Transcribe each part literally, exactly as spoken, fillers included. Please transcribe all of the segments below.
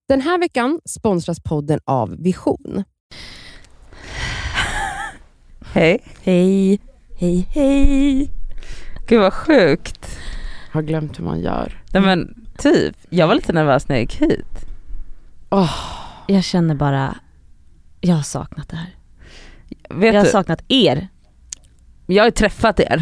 Den här veckan sponsras podden av Vision. Hej. Hej. Hej, hej. Gud vad sjukt. Har glömt hur man gör. Nej men typ, jag var lite nervös när jag gick hit. Oh. Jag känner bara, jag har saknat det här. Vet jag har du, saknat er. Jag har ju träffat er.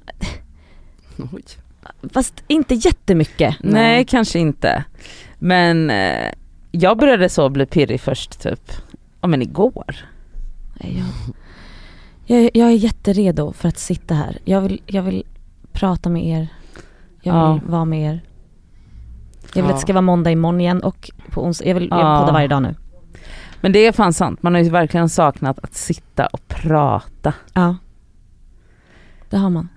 Oj. Fast inte jättemycket. Nej, Nej kanske inte. Men eh, jag började så bli pirrig först typ. Ja men igår. Jag, jag, jag är jätteredo för att sitta här. Jag vill, jag vill prata med er. Jag vill ja. vara med er. Jag vill ja. att det ska vara måndag imorgon igen och på onsdag. Jag vill ja. podda varje dag nu. Men det är fan sant. Man har ju verkligen saknat att sitta och prata. Ja. Det har man.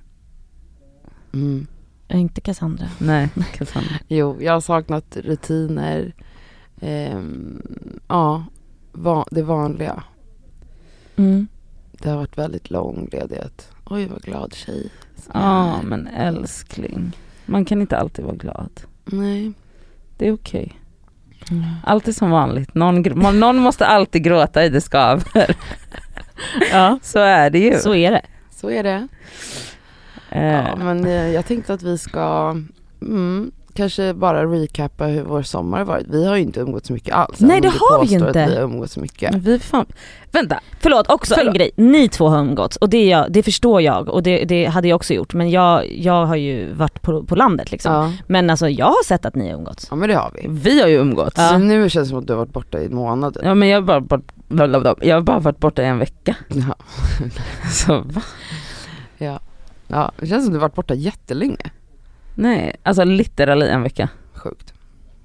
Mm. Inte Cassandra. Nej, Cassandra. Jo, jag har saknat rutiner. Ehm, ja, va- det vanliga. Mm. Det har varit väldigt lång ledighet. Oj, vad glad tjej. Ja, men älskling. Man kan inte alltid vara glad. Nej. Det är okej. Okay. Mm. Alltid som vanligt. Någon, gr- någon måste alltid gråta i det skaver. Ja, så är det ju. Så är det. Så är det. Eh. Ja, men eh, jag tänkte att vi ska mm, kanske bara recappa hur vår sommar har varit. Vi har ju inte umgått så mycket alls. Nej, det har vi inte. Att vi har umgått så mycket. Vi fan... Vänta. Förlåt, också Förlåt. en grej. Ni två har umgått och det, är jag, det förstår jag och det, det hade jag också gjort. Men jag, jag har ju varit på, på landet liksom. Ja. Men alltså jag har sett att ni har umgått. Ja, men det har vi. Vi har ju umgått. Ja. Så nu känns det som att du har varit borta i en månad. Ja, men jag har bara, bara, jag har bara varit borta i en vecka. Ja. Så va? Ja. Ja, det känns som att du har varit borta jättelänge. Nej, alltså literally en vecka. Sjukt.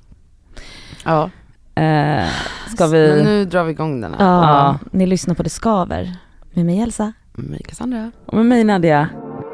Ja. Eh, ska vi... Men nu drar vi igång den här. Ja, ja. Ni lyssnar på Det Skaver. Med mig Elsa. Med mig Cassandra. Och med mig Nadia.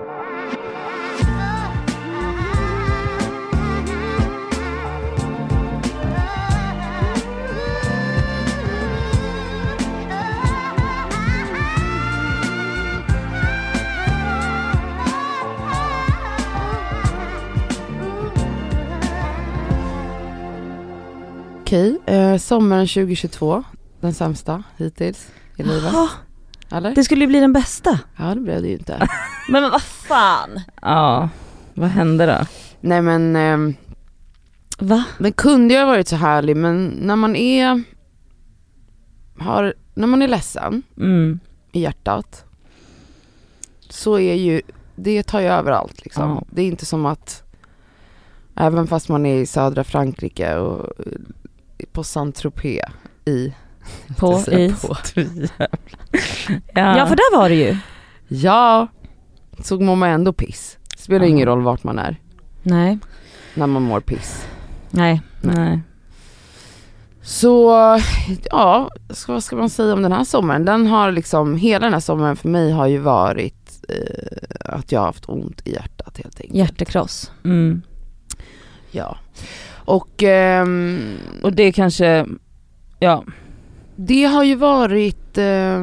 Okej, eh, sommaren tjugohundratjugotvå, den sämsta hittills i livet. Jaha, eller? Det skulle ju bli den bästa. Ja, det blev det ju inte. men, men vad fan? Ja, vad hände då? Nej men... Eh, Va? Den kunde ju ha varit så härlig, men när man är... Har, när man är ledsen mm. i hjärtat så är ju... Det tar ju överallt liksom. Ja. Det är inte som att... Även fast man är i södra Frankrike och på Saint-Tropez i... På, i. På. ja. ja, för där var det ju. Ja, så mår man ändå piss. Spelar ja. ingen roll vart man är. Nej. När man mår piss. Nej. Nej. Så, ja, vad ska man säga om den här sommaren? Den har liksom, hela den här sommaren för mig har ju varit eh, att jag har haft ont i hjärtat helt enkelt. Hjärtekross. Mm. Ja. Och, ehm, och det kanske, ja. Det har ju varit eh,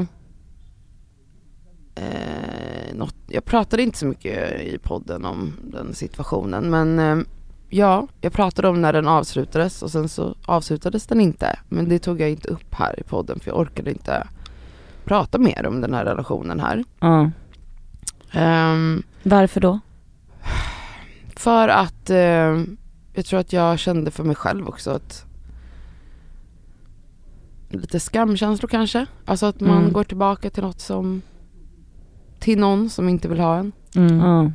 eh, något, jag pratade inte så mycket i podden om den situationen, men eh, ja, jag pratade om när den avslutades och sen så avslutades den inte, men det tog jag inte upp här i podden för jag orkade inte prata mer om den här relationen här. Mm. Um, Varför då? För att eh, jag tror att jag kände för mig själv också att lite skamkänslor kanske. Alltså att man mm. går tillbaka till något som till någon som inte vill ha en. Mm. Mm.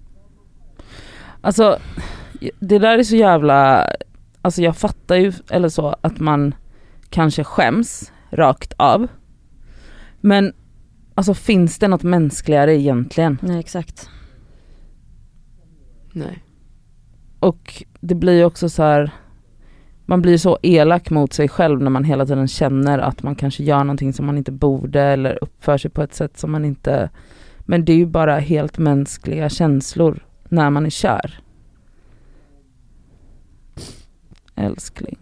Alltså det där är så jävla, alltså jag fattar ju eller så att man kanske skäms rakt av. Men alltså finns det något mänskligare egentligen? Nej, exakt. Nej. Och det blir ju också så här, man blir så elak mot sig själv när man hela tiden känner att man kanske gör någonting som man inte borde eller uppför sig på ett sätt som man inte, men det är ju bara helt mänskliga känslor när man är kär. Älskling.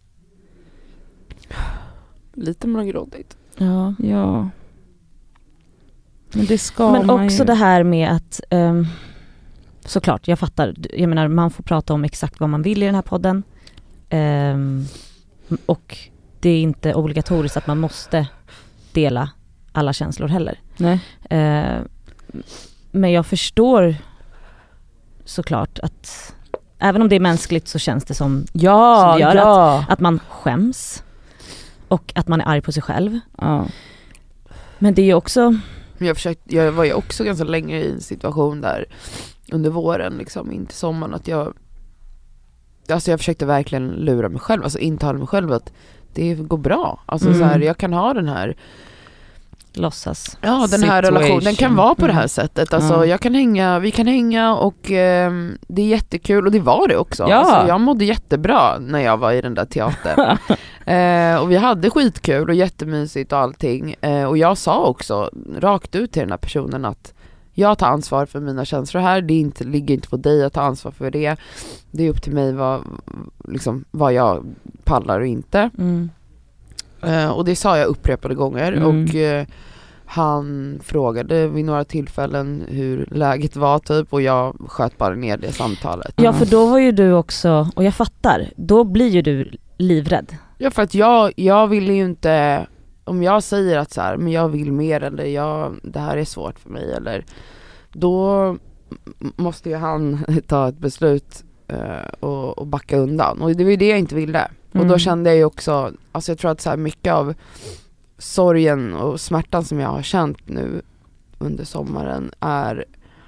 Lite man har gråtit. Ja. Ja. Men det ska Men man också ju. Det här med att um, såklart, jag fattar. Jag menar, man får prata om exakt vad man vill i den här podden. Um, och det är inte obligatoriskt att man måste dela alla känslor heller. Nej. Eh, men jag förstår såklart att även om det är mänskligt så känns det som, ja, som det gör ja. att, att man skäms och att man är arg på sig själv. Ja. Men det är ju också... Jag, försökte, jag var ju också ganska länge i en situation där under våren, liksom, in till sommaren, att jag alltså jag försökte verkligen lura mig själv, alltså intala mig själv att det går bra. Alltså mm. så här, jag kan ha den här låtsas. Ja, den situation. här relationen, den kan vara på mm. det här sättet. Alltså ja. jag kan hänga, vi kan hänga och eh, det är jättekul, och det var det också. Ja. Alltså, jag mådde jättebra när jag var i den där teatern. eh, och vi hade skitkul och jättemysigt och allting. Eh, och jag sa också rakt ut till den här personen att jag tar ansvar för mina känslor här. Det är inte, ligger inte på dig att ta ansvar för det. Det är upp till mig vad, liksom, vad jag pallar och inte. Mm. Uh, och det sa jag upprepade gånger. Mm. Och uh, han frågade vid några tillfällen hur läget var typ. Och jag sköt bara ner det samtalet. Ja, för då var ju du också, och jag fattar, då blir ju du livrädd. Ja, för att jag, jag vill ju inte... Om jag säger att så här, men jag vill mer, eller jag, det här är svårt för mig, eller då måste ju han ta ett beslut uh, och, och backa undan. Och det var ju det jag inte ville. Mm. Och då kände jag ju också, alltså jag tror att så här mycket av sorgen och smärtan som jag har känt nu under sommaren är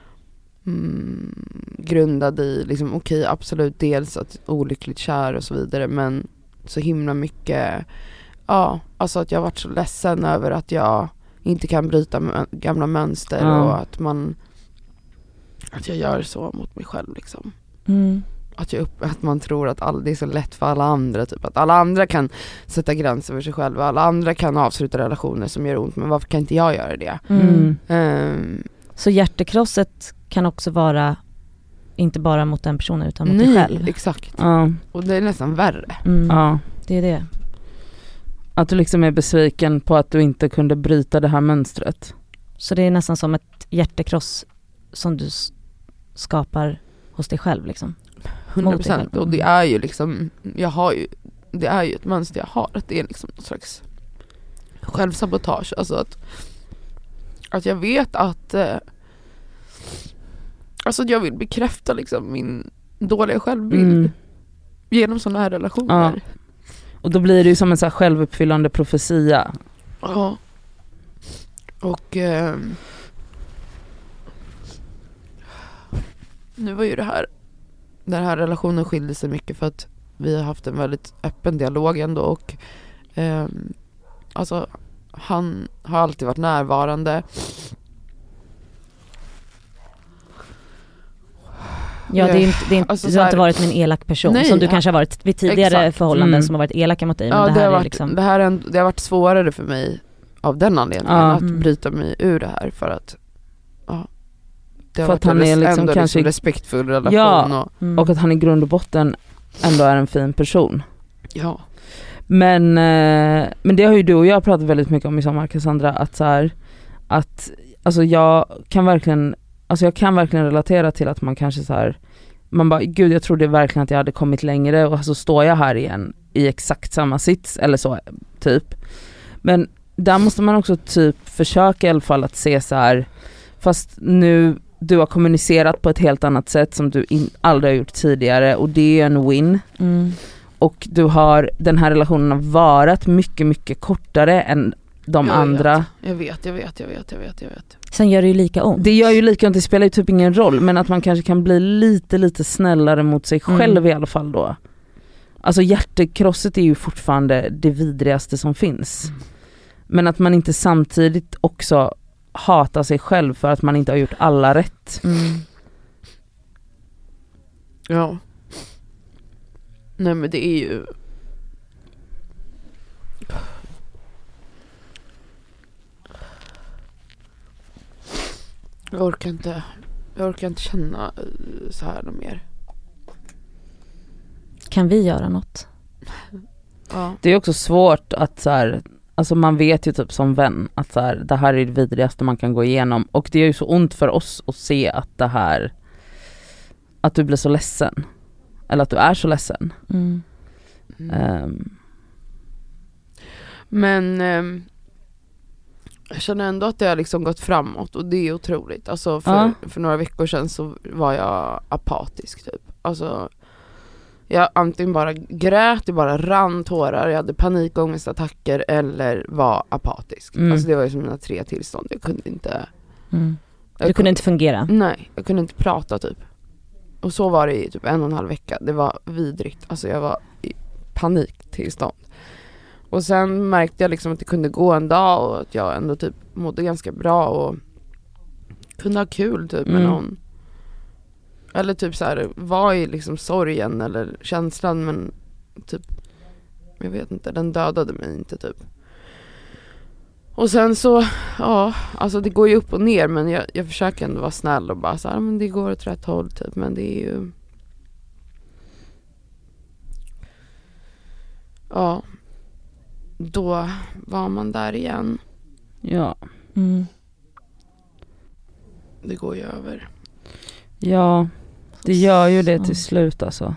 mm, grundad i, liksom, okej, okay, absolut, dels att olyckligt kär och så vidare, men så himla mycket, ja, alltså att jag har varit så ledsen över att jag inte kan bryta m- gamla mönster mm. och att man att jag gör så mot mig själv, liksom. Mm. Att, jag upp, att man tror att all, det är så lätt för alla andra, typ att alla andra kan sätta gränser för sig själva, alla andra kan avsluta relationer som gör ont, men varför kan inte jag göra det? Mm. Um, så hjärtekrosset kan också vara inte bara mot den personen utan mot nej, dig själv. Exakt. Ja. Och det är nästan värre. Mm. Ja. Det är det. Att du liksom är besviken på att du inte kunde bryta det här mönstret. Så det är nästan som ett hjärtekross som du s- skapar hos dig själv, liksom. hundra procent. Och det är ju liksom, jag har ju, det är ju ett mönster jag har, att det är liksom någon slags självsabotage. Alltså att, att jag vet att eh, alltså att jag vill bekräfta liksom min dåliga självbild mm. genom sådana här relationer. Ja. Och då blir det ju som en så här självuppfyllande profetia. Ja. Och eh, nu var ju det här den här relationen skilde sig mycket för att vi har haft en väldigt öppen dialog ändå, och eh, alltså han har alltid varit närvarande. Ja, det är inte, det är inte, alltså, du har inte varit med en elak person, nej, som du ja, kanske har varit vid tidigare exakt. förhållanden mm. som har varit elaka mot dig. Men ja, det, här det, har är varit, liksom... det, här är en, det har varit svårare för mig av den anledningen ja. att mm. bryta mig ur det här, för att ja, det har för varit att han en, är liksom ändå kanske liksom respektfull relation. Ja, och, mm. och att han i grund och botten ändå är en fin person. Ja. Men, eh, men det har ju du och jag pratat väldigt mycket om i sommar, Cassandra, att så här, att alltså jag kan verkligen alltså jag kan verkligen relatera till att man kanske så här, man bara, gud, jag trodde verkligen att jag hade kommit längre, och så står jag här igen i exakt samma sits eller så typ. Men där måste man också typ försöka i alla fall att se så här, fast nu du har kommunicerat på ett helt annat sätt som du in, aldrig har gjort tidigare, och det är en win. Mm. Och du har, den här relationen har varit mycket, mycket kortare än de jag andra. Vet. Jag vet, jag vet, jag vet, jag vet, jag vet. Sen gör det ju lika ont. Det gör ju lika ont, det spelar ju typ ingen roll, men att man kanske kan bli lite, lite snällare mot sig själv mm. i alla fall då. Alltså hjärtekrosset är ju fortfarande det vidrigaste som finns. Mm. Men att man inte samtidigt också hatar sig själv för att man inte har gjort alla rätt. Mm. Ja. Nej, men det är ju... Jag orkar inte, jag orkar inte känna så här något mer. Kan vi göra något? Ja. Det är också svårt att så här, alltså man vet ju typ som vän att så här, det här är det vidrigaste man kan gå igenom, och det är ju så ont för oss att se att det här, att du blir så ledsen, eller att du är så ledsen. Mm. Mm. Um, Men eh, jag känner ändå att det har liksom gått framåt och det är otroligt. Alltså för, ja. för några veckor sedan så var jag apatisk typ. Alltså jag antingen bara grät, det bara rann tårar, jag hade panikångestattacker eller var apatisk. Mm. Alltså det var ju som mina tre tillstånd. Jag kunde inte... Mm. Du Jag kunde inte fungera? Nej, jag kunde inte prata typ. Och så var det i typ en och en halv vecka. Det var vidrigt. Alltså jag var i paniktillstånd. Och sen märkte jag liksom att det kunde gå en dag och att jag ändå typ mådde ganska bra och kunde ha kul typ med Mm. någon. Eller typ så här, var i liksom sorgen eller känslan, men typ, jag vet inte, den dödade mig inte typ. Och sen så, ja, alltså det går ju upp och ner, men jag, jag försöker ändå vara snäll och bara så här, men det går åt rätt håll typ, men det är ju, ja, då var man där igen. Ja. Mm. Det går ju över. Ja, det gör ju det Så. till slut alltså.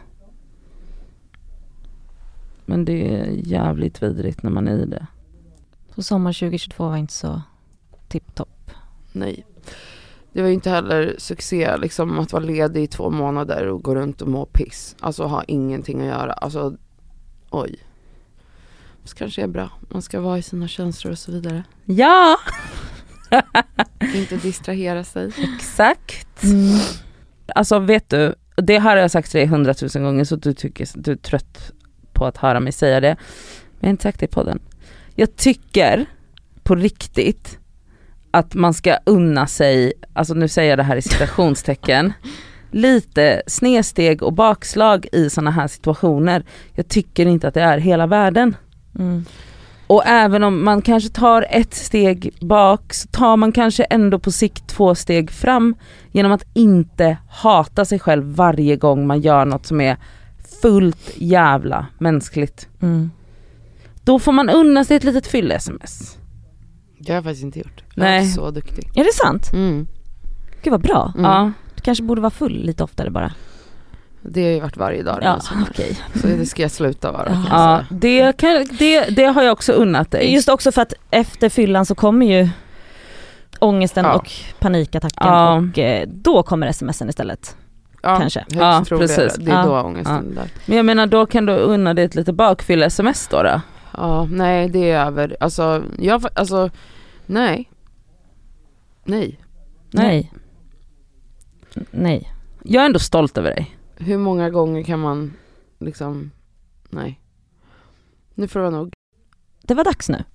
Men det är jävligt vidrigt när man är i det. Så sommar tjugohundratjugotvå var inte så tipptopp. Nej. Det var ju inte heller succé liksom att vara ledig i två månader och gå runt och må piss. Alltså ha ingenting att göra. Alltså, oj. Det kanske är bra. Man ska vara i sina känslor och så vidare. Ja! Inte distrahera sig. Exakt. Mm. Alltså vet du, det här har jag sagt till dig hundratusen gånger så du tycker du är trött på att höra mig säga det. Men jag har inte sagt det i podden. Jag tycker på riktigt att man ska unna sig, alltså nu säger jag det här i citationstecken, lite snedsteg och bakslag i såna här situationer. Jag tycker inte att det är hela världen. Mm. Och även om man kanske tar ett steg bak så tar man kanske ändå på sikt två steg fram genom att inte hata sig själv varje gång man gör något som är fullt jävla mänskligt. Mm. Då får man unna sig ett litet fyll-sms. Det har jag faktiskt inte gjort. Jag Nej. är så duktig. Är det sant? Mm. Gud vad bra. Mm. Ja. Du kanske borde vara full lite oftare bara. Det har ju varit varje dag. Ja, Ja, okej. så det ska jag sluta vara. Kan jag Ja, säga. det, kan, det, det har jag också unnat dig. Just också för att efter fyllan så kommer ju ångesten Ja. och panikattacken Ja. och eh, då kommer smsen istället. Ja, kanske. högst Ja, troligt. precis. Det är Ja. då ångesten där. Men jag menar, då kan du unna dig ett lite bakfyll-sms då, då? Ja, nej, det är över. Alltså, jag, alltså, nej. Nej. Nej. Nej. Jag är ändå stolt över dig. Hur många gånger kan man liksom, nej. Nu får det vara nog. Det var dags nu.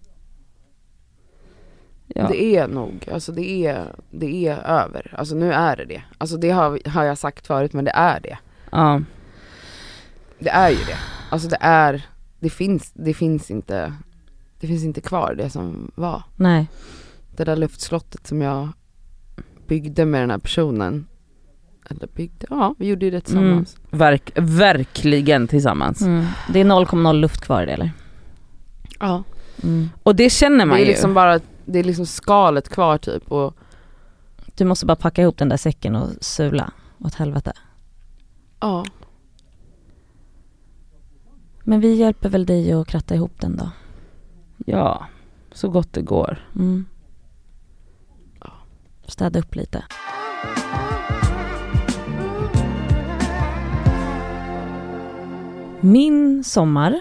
Ja. Det är nog, alltså det är, det är över. Alltså nu är det det. Alltså det har, har jag sagt förut, men det är det. Ja. Det är ju det. Alltså det är, det finns, det finns inte, det finns inte kvar det som var. Nej. Det där luftslottet som jag byggde med den här personen. Eller byggde, ja, vi gjorde ju det tillsammans. Mm. Verk, verkligen tillsammans. Mm. Det är noll komma noll luft kvar i det, eller? Ja. Mm. Och det känner man Det är ju. liksom bara, det är liksom skalet kvar typ. Och Du måste bara packa ihop den där säcken och sula åt helvete. ja. Men vi hjälper väl dig att kratta ihop den då. Ja, så gott det går. Mm. Städa upp lite. Min sommar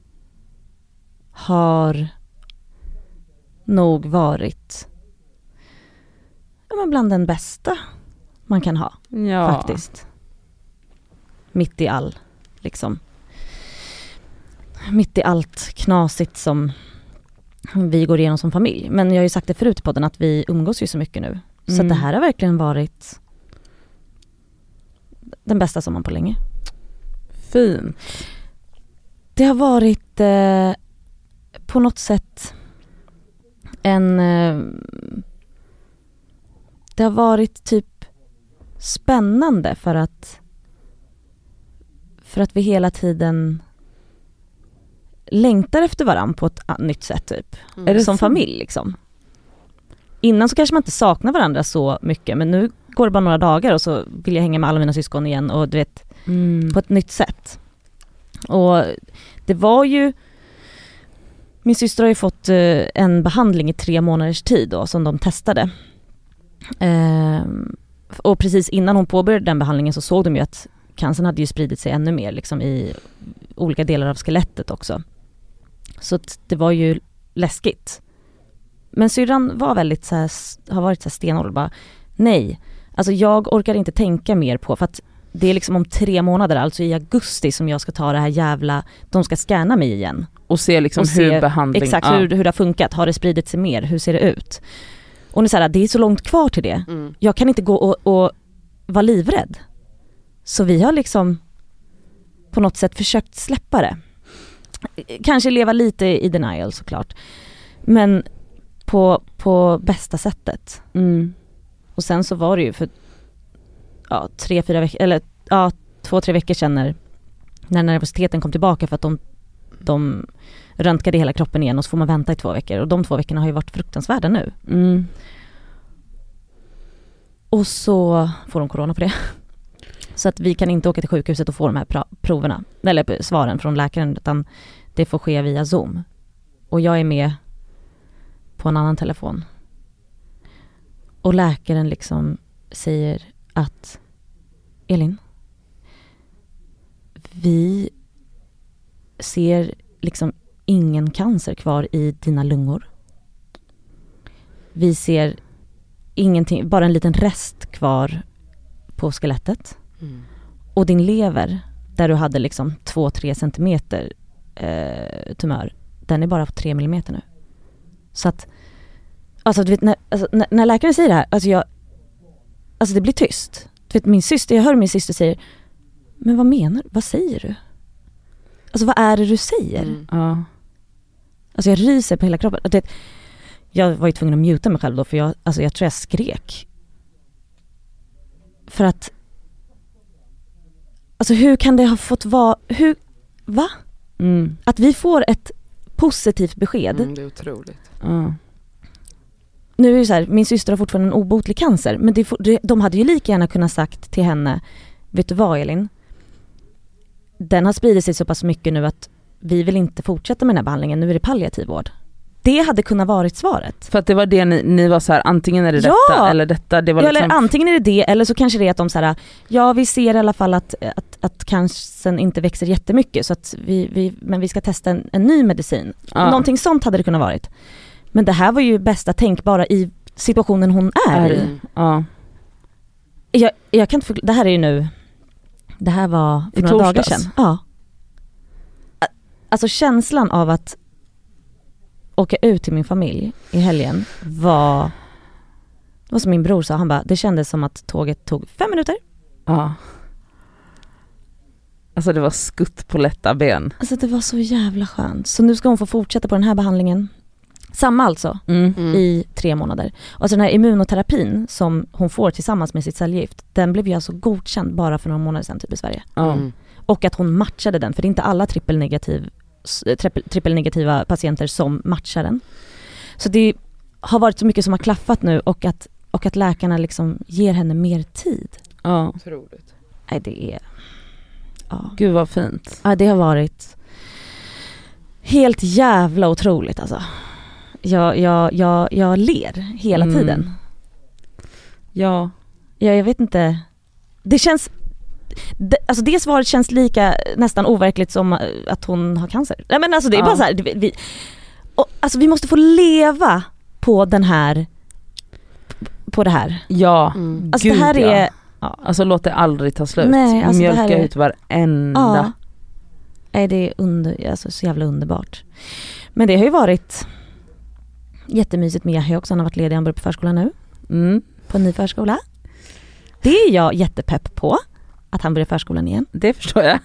har nog varit ja, men bland den bästa man kan ha. Ja. Faktiskt. Mitt i all, liksom. Mitt i allt knasigt som vi går igenom som familj. Men jag har ju sagt det förut i podden att vi umgås ju så mycket nu. Så Mm. att det här har verkligen varit den bästa sommaren på länge. Fin. Det har varit eh, på något sätt en... Eh, det har varit typ spännande för att för att vi hela tiden längtar efter varann på ett a- nytt sätt typ. Mm. Är det Som sant? familj liksom. Innan så kanske man inte saknar varandra så mycket, men nu går det bara några dagar och så vill jag hänga med alla mina syskon igen och du vet, Mm. på ett nytt sätt. Och det var ju min syster har ju fått eh, en behandling i tre månaders tid då, som de testade. Eh, och precis innan hon påbörjade den behandlingen så såg de ju att cancern hade ju spridit sig ännu mer liksom, i olika delar av skelettet också. Så att det var ju läskigt. Men syrran var väldigt så här, har varit så här stenhård, bara nej. Alltså jag orkar inte tänka mer på, för att det är liksom om tre månader, alltså i augusti, som jag ska ta det här jävla, de ska scanna mig igen. Och se liksom och hur se, behandling... Exakt, ja. hur, hur det har funkat. Har det spridit sig mer? Hur ser det ut? Och det är, så här, det är så långt kvar till det. Mm. Jag kan inte gå och, och vara livrädd. Så vi har liksom på något sätt försökt släppa det. Kanske leva lite i denial såklart. Men på, på bästa sättet. Mm. Och sen så var det ju för ja, tre, fyra veckor, eller ja, två, tre veckor sedan när, när nervositeten kom tillbaka, för att de, de röntgade hela kroppen igen och så får man vänta i två veckor. Och de två veckorna har ju varit fruktansvärda nu. Mm. Och så får de corona på det. Så att vi kan inte åka till sjukhuset och få de här pra- proverna, eller svaren från läkaren, utan det får ske via Zoom. Och jag är med på en annan telefon. Och läkaren liksom säger att Elin, vi ser liksom ingen cancer kvar i dina lungor. Vi ser ingenting, bara en liten rest kvar på skelettet. Mm. Och din lever, där du hade liksom två tre centimeter eh, tumör, den är bara på tre millimeter nu. Så att alltså, du vet, när, alltså, när, när läkaren säger det här, alltså jag alltså det blir tyst. Du vet, min syster, jag hör min syster säger, men vad menar du? Vad säger du? Alltså vad är det du säger? Mm. Ja. Alltså jag ryser på hela kroppen. Du vet, jag var ju tvungen att muta mig själv då, för jag, alltså jag tror jag skrek. För att alltså hur kan det ha fått vara, hur, va? Mm. Att vi får ett positivt besked. Mm, det är otroligt. Ja. Nu är det så här, min syster har fortfarande en obotlig cancer, men det, det, de hade ju lika gärna kunnat sagt till henne, vet du vad Elin? Den har spridit sig så pass mycket nu att vi vill inte fortsätta med den här behandlingen, nu är det palliativ vård. Det hade kunnat varit svaret. För att det var det ni, ni var så här, antingen är det Ja! detta eller detta. Det var Ja, liksom... eller antingen är det det, eller så kanske det är att de så här, ja vi ser i alla fall att, att, att cancern inte växer jättemycket, så att vi, vi, men vi ska testa en, en ny medicin. Ja. Någonting sånt hade det kunnat varit. Men det här var ju bästa tänkbara i situationen hon är i. Mm. Ja. Jag, jag kan inte förklara, det här är ju nu, det här var för I några dagar torsdags. sedan. Ja. Alltså känslan av att åka ut till min familj i helgen var, det var som min bror sa, han bara, det kändes som att tåget tog fem minuter. Ja. Alltså det var skutt på lätta ben. Alltså det var så jävla skönt. Så nu ska hon få fortsätta på den här behandlingen. Samma alltså, Mm. Mm. i tre månader. Och alltså den här immunoterapin som hon får tillsammans med sitt cellgift, den blev ju alltså godkänd bara för några månader sedan typ i Sverige. Ja. Mm. Och att hon matchade den, för det är inte alla trippelnegativ, trippel, trippelnegativa patienter som matchar den. Så det har varit så mycket som har klaffat nu, och att, och att läkarna liksom ger henne mer tid. Ja. Otroligt. Nej, det är... Ja. Gud vad fint. Ja, det har varit helt jävla otroligt alltså. Jag, jag, jag, jag ler hela Mm. tiden. Ja. Ja, jag vet inte. Det känns... Det, alltså det svaret känns lika nästan overkligt som eh, att hon har cancer. Nej, men alltså det är Ja. bara så här, det- vi, och, alltså vi måste få leva på den här, på det här. Ja. Mm. Alltså Gud, det här ja. är, ja. Alltså låt det aldrig ta slut. Nej, alltså det Mjölka här är- ut varenda. Ja. Nej, det är under, alltså så jävla underbart. Men det har ju varit jättemysigt med Yahya också. Han har varit ledig, han börjar på förskolan nu. Mm. På en ny förskola. Det är jag jättepepp på. Att han börjar förskolan igen. Det förstår jag.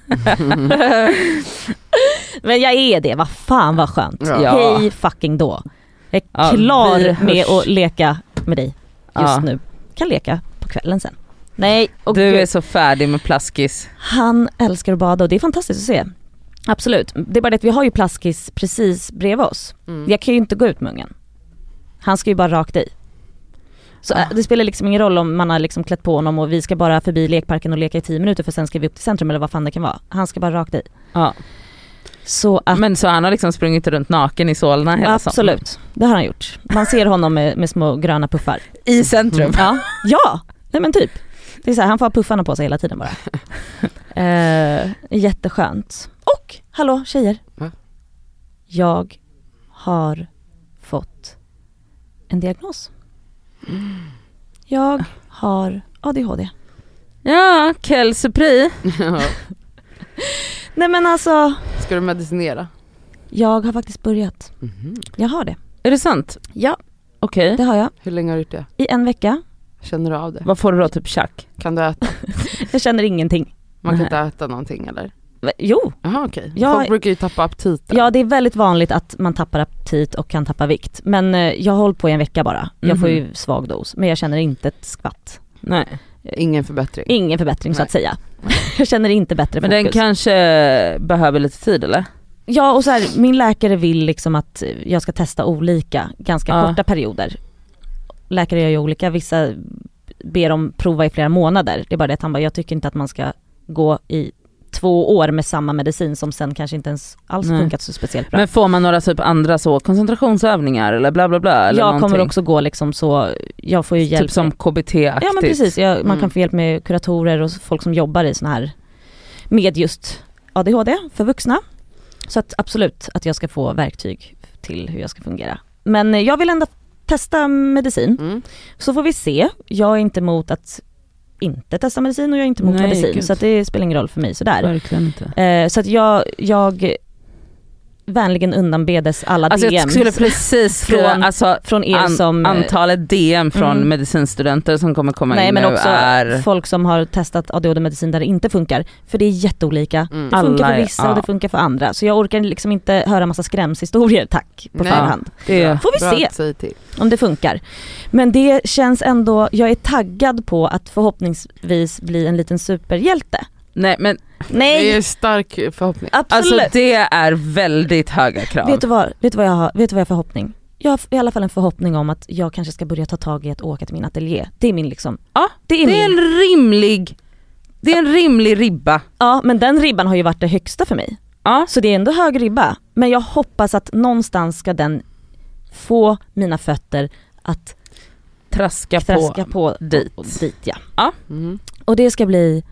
Men jag är det, vad fan vad skönt. Ja. Hej fucking då. Jag är Ja, klar vi hörs. med att leka med dig just Ja. nu. Kan leka på kvällen sen. Nej, och Du gud, är så färdig med plaskis. han älskar att bada och det är fantastiskt att se. Absolut. Det är bara det att vi har ju plaskis precis bredvid oss. Mm. Jag kan ju inte gå ut med ungen. Han ska ju bara rakt i. Så Ah. äh, det spelar liksom ingen roll om man har liksom klätt på honom och vi ska bara förbi lekparken och leka i tio minuter för sen ska vi upp till centrum eller vad fan det kan vara. Han ska bara rakt i. Ja. Så att, Men så han har liksom sprungit runt naken i Solna hela absolut, sommaren. det har han gjort. Man ser honom med, med små gröna puffar. I centrum. Mm. Ja, ja. Nej, men typ. Det är så här, han får ha puffarna på sig hela tiden bara. eh, jätteskönt. Och, hallå tjejer. Va? Jag har fått en diagnos. Jag har A D H D. Ja, quel surprise. Nej men alltså, Ska du medicinera? jag har faktiskt börjat. Mm-hmm. Jag har det. Är det sant? Ja, Okej. det har jag. Hur länge har du gjort det? I en vecka. Känner du av det? Vad får du då, typ tjack? Kan du äta? Jag känner ingenting. Man kan Nej. inte äta någonting eller? Jo, Jaha okej. Ja, Folk brukar ju tappa aptiten. ja det är väldigt vanligt att man tappar aptit och kan tappa vikt. Men eh, jag har hållit på i en vecka bara. Jag får ju svag dos. Men jag känner inte ett skvatt. Nej. Ingen förbättring. Ingen förbättring så Nej. att säga. Jag känner inte bättre Men fokus. den kanske behöver lite tid eller? Ja och så här, min läkare vill liksom att jag ska testa olika, ganska Ja. korta perioder. Läkare gör ju olika, vissa ber om prova i flera månader. Det är bara det att han bara, jag tycker inte att man ska gå i två år med samma medicin som sen kanske inte ens alls Nej. funkat så speciellt bra. Men får man några typ andra så koncentrationsövningar eller bla bla bla? Eller jag någonting? kommer också gå liksom så, jag får ju hjälp. Typ som K B T-aktigt. Ja men precis, jag, man Mm. kan få hjälp med kuratorer och folk som jobbar i såna här, med just A D H D för vuxna. Så att absolut att jag ska få verktyg till hur jag ska fungera. Men jag vill ändå testa medicin. Mm. Så får vi se. Jag är inte emot att inte testa medicin och jag är inte emot Nej, medicin. gud. Så att det spelar ingen roll för mig sådär. Verkligen inte. Eh, så att jag, jag vänligen undanbedes alla Alltså D M jag skulle precis skriva, från- alltså från er an, som... antalet D M från Mm. medicinstudenter som kommer komma Nej in men nu också är... folk som har testat A D H D-medicin där det inte funkar. För det är jätteolika. Mm. Det funkar Alla för är- vissa och det ja. funkar för andra. Så jag orkar liksom inte höra massa skrämshistorier, tack, på Nej. förhand. Det, Får vi Bra se att säga till. om det funkar. Men det känns ändå, jag är taggad på att förhoppningsvis bli en liten superhjälte. nej men Det är Nej, en stark förhoppning. absolut. alltså det är väldigt höga krav. Vet du vad, vet du vad jag har, vet du vad jag har för förhoppning? Jag har i alla fall en förhoppning om att jag kanske ska börja ta tag i att åka till min ateljé. Det är min liksom, Ja, det är det är min. en rimlig, det är en rimlig ribba. Ja men den ribban har ju varit det högsta för mig. Ja. Så det är ändå hög ribba. Men jag hoppas att någonstans ska den få mina fötter att Traska, traska på. på dit. och dit ja. Mm. Och det ska bli,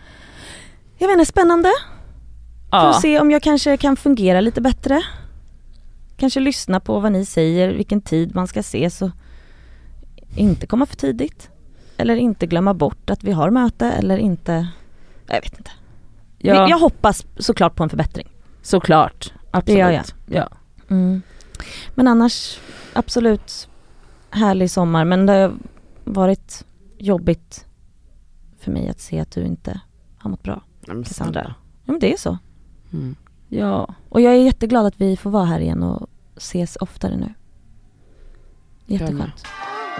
jag vet inte, spännande. För Ja. att se om jag kanske kan fungera lite bättre. Kanske lyssna på vad ni säger, vilken tid man ska ses och inte komma för tidigt. Eller inte glömma bort att vi har möte eller inte, jag vet inte. Ja, Jag hoppas såklart på en förbättring. såklart. Absolut. Det gör jag. Ja. Mm. Men annars absolut härlig sommar, men det har varit jobbigt för mig att se att du inte har mått bra, Nej, men Cassandra. snälla. Ja, men det är så. Mm. Ja. Och jag är jätteglad att vi får vara här igen och ses oftare nu. Jätteskönt.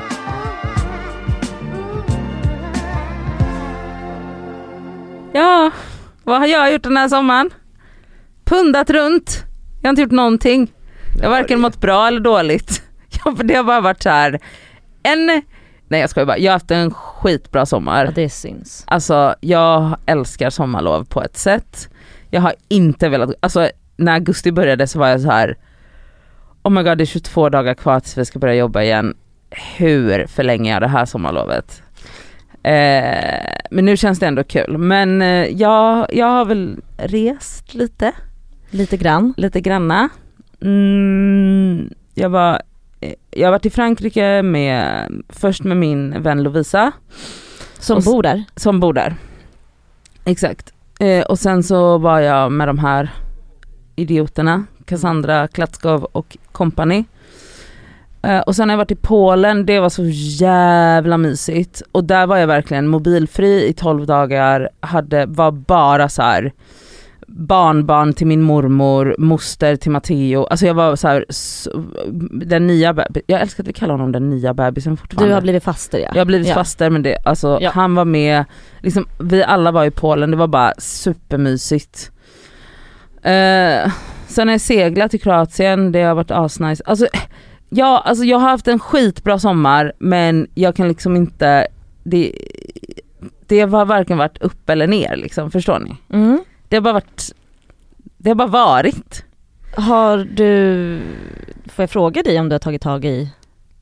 Ja, vad har jag gjort den här sommaren? Pundat runt. Jag har inte gjort någonting. Jag har varken mått bra eller dåligt. Ja, för det har bara varit så här. En, nej jag skojar bara. Jag har haft en skitbra sommar. Ja, det syns. Alltså jag älskar sommarlov på ett sätt. Jag har inte velat, alltså när augusti började så var jag så här. Oh my god, det är tjugotvå dagar kvar tills vi ska börja jobba igen. Hur förlänger jag det här sommarlovet? Eh, men nu känns det ändå kul. Men eh, jag, jag har väl rest lite. Lite grann. Lite granna. Mm, jag, var, eh, jag har varit i Frankrike med, först med min vän Lovisa. Som Och s- bor där. Som bor där. Exakt. Eh, och sen så var jag med de här idioterna. Cassandra Klatskov och company. Eh, och sen har jag varit i Polen. Det var så jävla mysigt. Och där var jag verkligen mobilfri i tolv dagar. Hade, var bara så här barnbarn till min mormor, moster till Matteo. Alltså jag var så här, så, den nya bebis. Jag älskar att vi kallar honom den nya bebisen fortfarande. Du har blivit faster ja. Jag har blivit ja. faster, men det, alltså, Ja. han var med, liksom, vi alla var i Polen, det var bara supermysigt. Eh, sen har jag seglat till Kroatien, det har varit asnice. Alltså, ja, alltså jag har haft en skitbra sommar, men jag kan liksom inte, det, det har varken varit upp eller ner liksom, förstår ni? Mm. Det har bara varit Det har bara varit. Har du, får jag fråga dig om du har tagit tag i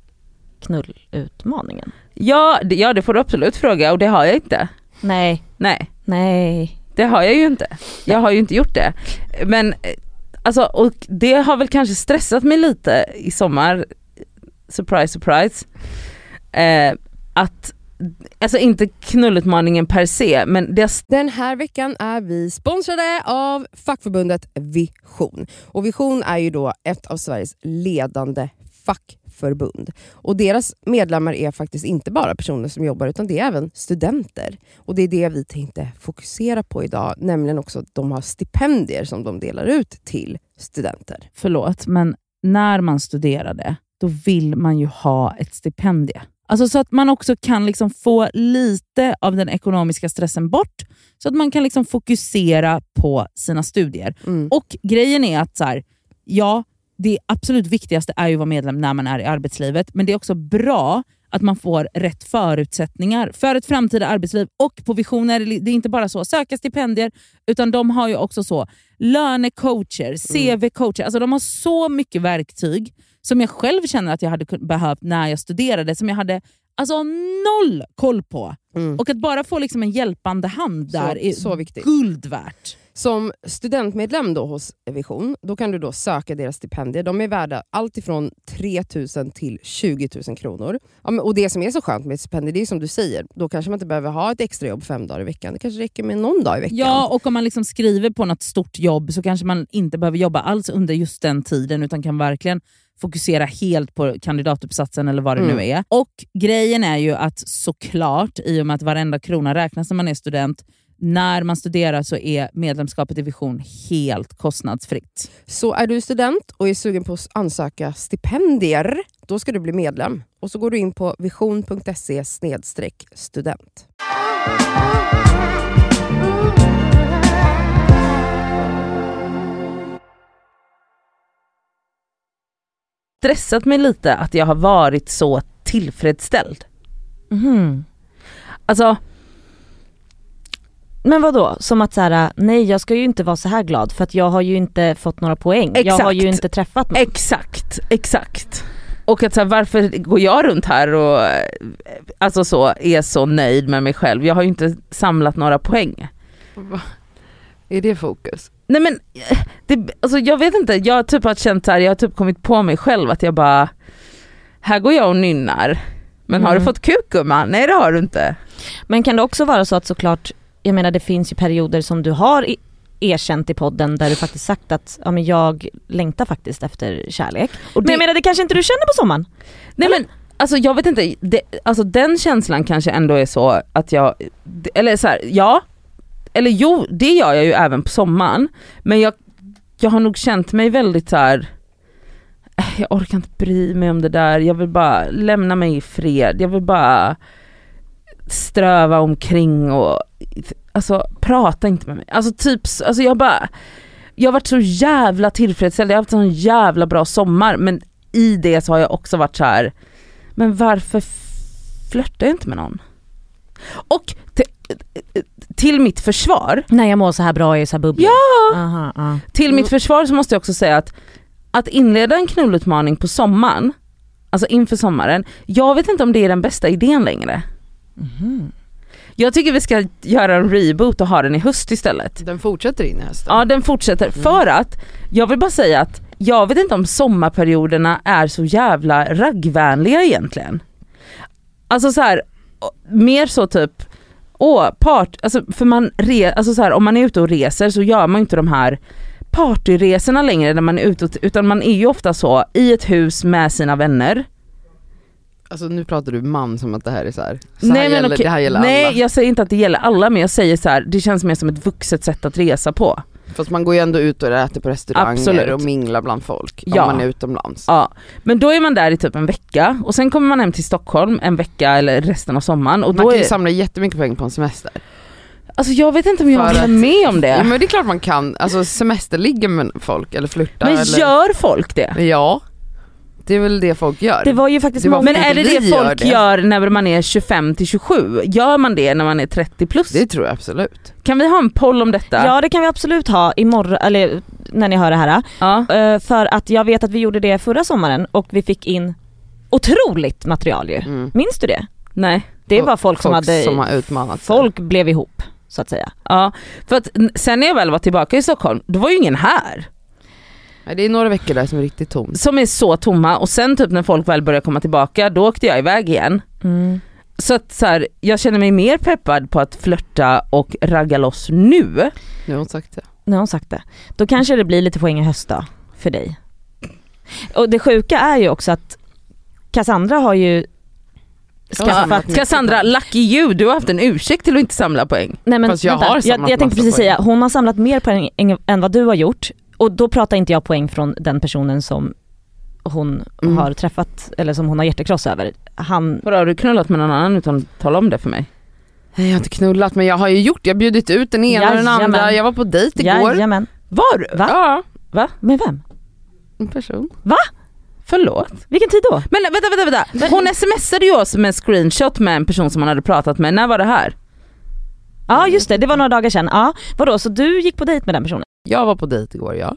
knullutmaningen? Ja, det, ja, det får du absolut fråga och det har jag inte. Nej. Nej. Nej. Det har jag ju inte. Jag har ju inte gjort det. Men alltså, och det har väl kanske stressat mig lite i sommar. Surprise, surprise. Eh, att, alltså inte knullutmaningen per se, men det... Den här veckan är vi sponsrade av fackförbundet Vision. Och Vision är ju då ett av Sveriges ledande fackförbund. Och deras medlemmar är faktiskt inte bara personer som jobbar, utan det är även studenter. Och det är det vi tänkte fokusera på idag, nämligen också att de har stipendier som de delar ut till studenter. Förlåt, men när man studerade, då vill man ju ha ett stipendie. Alltså så att man också kan liksom få lite av den ekonomiska stressen bort, så att man kan liksom fokusera på sina studier. Mm. Och grejen är att så här, ja, det absolut viktigaste är ju att vara medlem när man är i arbetslivet, men det är också bra att man får rätt förutsättningar för ett framtida arbetsliv. Och på Vision är det, det är inte bara så söka stipendier, utan de har ju också så lönecoacher, C V-coacher. Alltså de har så mycket verktyg som jag själv känner att jag hade behövt när jag studerade, som jag hade alltså noll koll på. Mm. Och att bara få liksom en hjälpande hand där så, är så viktigt. Guld värt. Som studentmedlem då hos Vision, då kan du då söka deras stipendier. De är värda allt ifrån tre tusen till tjugo tusen kronor. Ja, men, och det som är så skönt med ett stipendier, det är som du säger, då kanske man inte behöver ha ett extra jobb fem dagar i veckan. Det kanske räcker med någon dag i veckan. Ja, och om man liksom skriver på något stort jobb så kanske man inte behöver jobba alls under just den tiden, utan kan verkligen fokusera helt på kandidatuppsatsen eller vad det mm. nu är. Och grejen är ju att såklart, i och med att varenda krona räknas när man är student, när man studerar så är medlemskapet i Vision helt kostnadsfritt. Så är du student och är sugen på att ansöka stipendier, då ska du bli medlem. Och så går du in på vision punkt se snedstreck student. Stressat mig lite att jag har varit så tillfredsställd. Mm. Alltså... Men vad då? Som att så här, nej, jag ska ju inte vara så här glad för att jag har ju inte fått några poäng. Exakt. Jag har ju inte träffat någon. Exakt, exakt. Och att så här, varför går jag runt här och alltså så är så nöjd med mig själv? Jag har ju inte samlat några poäng. Va? Är det fokus? Nej men det, alltså jag vet inte, jag typ har känt så här, jag har typ kommit på mig själv att jag bara, här går jag och nynnar. Men mm. har du fått kuk, gumman? Nej, det har du inte. Men kan det också vara så att såklart, jag menar det finns ju perioder som du har erkänt i podden där du faktiskt sagt att ja, men jag längtar faktiskt efter kärlek. Och det, men jag menar det kanske inte du känner på sommaren? Nej eller? Men alltså jag vet inte, det, alltså den känslan kanske ändå är så att jag, eller så här, ja, eller jo, det gör jag ju även på sommaren, men jag, jag har nog känt mig väldigt så här, jag orkar inte bry mig om det där, jag vill bara lämna mig i fred, jag vill bara ströva omkring och alltså prata inte med mig. Alltså typ, alltså jag bara jag har varit så jävla tillfredsställd. Jag har haft en jävla bra sommar, men i det så har jag också varit så här, men varför flörtar jag inte med någon? Och till, till mitt försvar, när jag mår så här bra är så här bubblig. Ja. Aha, aha. Till mitt försvar så måste jag också säga att att inleda en knullutmaning på sommaren, alltså inför sommaren, jag vet inte om det är den bästa idén längre. Mm. Jag tycker vi ska göra en reboot och ha den i höst istället. Den fortsätter in i hösten. Ja, den fortsätter. Mm. För att, jag vill bara säga att jag vet inte om sommarperioderna är så jävla raggvänliga egentligen. Alltså så här, mer så typ, åh, part, alltså för man, re, alltså så här, om man är ute och reser så gör man inte de här partyresorna längre när man är ute, utan man är ju ofta så i ett hus med sina vänner. Alltså nu pratar du man som att det här är så här. Så nej, här men gäller, okej, det här gäller nej, alla. jag säger inte att det gäller alla, men jag säger så här, det känns mer som ett vuxet sätt att resa på. Fast man går ju ändå ut och äter på restauranger. Absolut. Och minglar bland folk, ja. Om man är utomlands. Ja, men då är man där i typ en vecka och sen kommer man hem till Stockholm en vecka eller resten av sommaren. Och man då kan ju är... samla jättemycket poäng på en semester. Alltså jag vet inte om jag håller med om det. Ja, men det är klart man kan, alltså semesterligga med folk eller flirta. Men eller... gör folk det? Ja. Det är väl det folk gör. Det var ju faktiskt Det var- många... Men är det Vi det gör folk det. gör när man är tjugofem till tjugosju? Gör man det när man är trettio plus? Det tror jag absolut. Kan vi ha en poll om detta? Ja, det kan vi absolut ha imorgon, eller när ni hör det här. Ja. Eh, för att jag vet att vi gjorde det förra sommaren och vi fick in otroligt material ju. Mm. Minns du det? Nej. Det var folk, som hade... som har utmanat sig. Folk blev ihop, så att säga. Ja, för att n- sen när jag väl var tillbaka i Stockholm, då var ju ingen här. Nej, det är några veckor där som är riktigt tom. Som är så tomma, och sen typ när folk väl började komma tillbaka, då åkte jag iväg igen. Mm. Så att så här, jag känner mig mer peppad på att flirta och ragga loss nu. Nu har hon sagt det. Nu har hon sagt det. Då kanske det blir lite poäng i höst då, för dig. Och det sjuka är ju också att Cassandra har ju skaffat... Ja, Cassandra, lucky you, du har haft en ursäkt till att inte samla poäng. Nej, men Fast jag vänta, har jag, samlat jag tänkte massa precis poäng. säga, hon har samlat mer poäng än, än vad du har gjort. Och då pratar inte jag poäng från den personen som hon Mm. har träffat, eller som hon har hjärtekross över. Han... Vadå, har du knullat med någon annan utan att tala om det för mig? Nej, jag har inte knullat, men jag har ju gjort, jag har bjudit ut den ena och den Jajamän. andra. Jag var på dejt igår. Jajamän. Var du? Va? Ja, Med vem? en person. Förlåt. Vilken tid då? Men vänta, vänta, vänta. Hon smsade ju oss med en screenshot med en person som hon hade pratat med. När var det här? Ja just det, det var några dagar sedan. Ja, vadå, så du gick på dejt med den personen? Jag var på dejt igår, ja.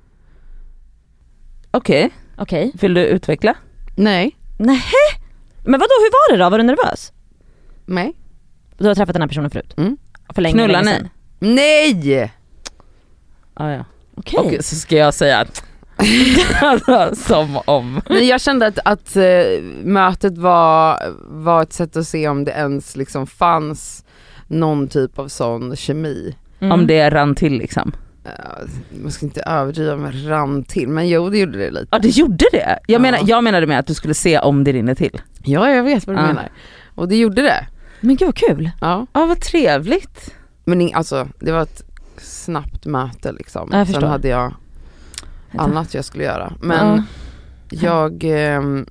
Okej, Okej. vill du utveckla? Nej. Nej. Men vadå, hur var det då? Var du nervös? Nej. Du har träffat den här personen förut? Mm. För länge, Knullar länge ni? sedan. Nej! Ah, ja. Okej. Okej, så ska jag säga att som om. Men jag kände att, att äh, mötet var, var ett sätt att se om det ens liksom fanns någon typ av sån kemi. Mm. Om det rann till liksom. Uh, man ska inte överdriva med rann till, men jo, det gjorde det lite. Ja, det gjorde det. Jag, Ja. menar, jag menade med att du skulle se om det rinner till. Ja, jag vet vad du Ja. menar. Och det gjorde det. Men gud vad kul. Ja. Ja, vad trevligt. Men in, alltså, det var ett snabbt möte liksom. Ja, jag Sen förstår. hade jag annat jag skulle göra. Men Ja. jag, ehm,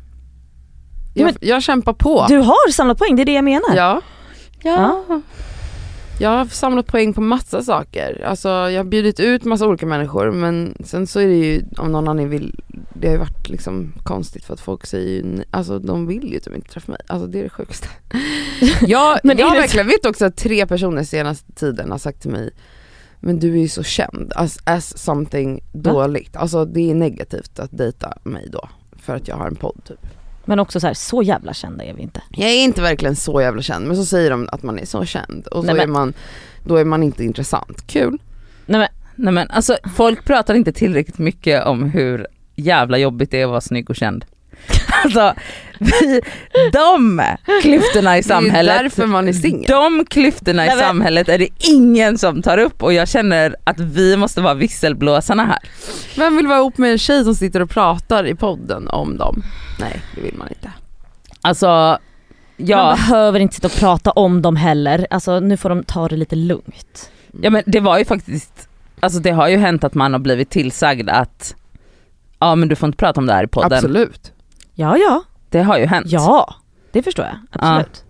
jag, Men- jag kämpar på. Du har samlat poäng, det är det jag menar. Ja, Ja. jag har samlat poäng på massa saker. Alltså jag har bjudit ut massa olika människor, men sen så är det ju, om någon annan vill, det har ju varit liksom konstigt för att folk säger ju, nej- alltså de vill ju typ inte träffa mig. Alltså det är det sjukaste. jag Men jag är har det- verkligen vet också att tre personer senaste tiden har sagt till mig, men du är ju så känd as, as something dåligt. Alltså det är negativt att dejta mig då för att jag har en podd typ. Men också så här, så jävla kända är vi inte. Jag är inte verkligen så jävla känd, men så säger de att man är så känd och så Nej, men- är man, då är man inte intressant. Kul. Nej men, Nej, men alltså, folk pratar inte tillräckligt mycket om hur jävla jobbigt det är att vara snygg och känd. Alltså, vi, de klyftorna i samhället, Det är därför man är singel. de klyftorna i Nej, men- samhället är det ingen som tar upp, och jag känner att vi måste vara visselblåsarna här. Vem vill vara ihop med en tjej som sitter och pratar i podden om dem? Nej, det vill man inte. Alltså, man ja, behöver inte sitta och prata om dem heller. Alltså nu får de ta det lite lugnt. ja men det var ju faktiskt, alltså det har ju hänt att man har blivit tillsagd att ja men du får inte prata om det här i podden. Absolut. Ja, ja. Det har ju hänt. Ja, det förstår jag. Absolut.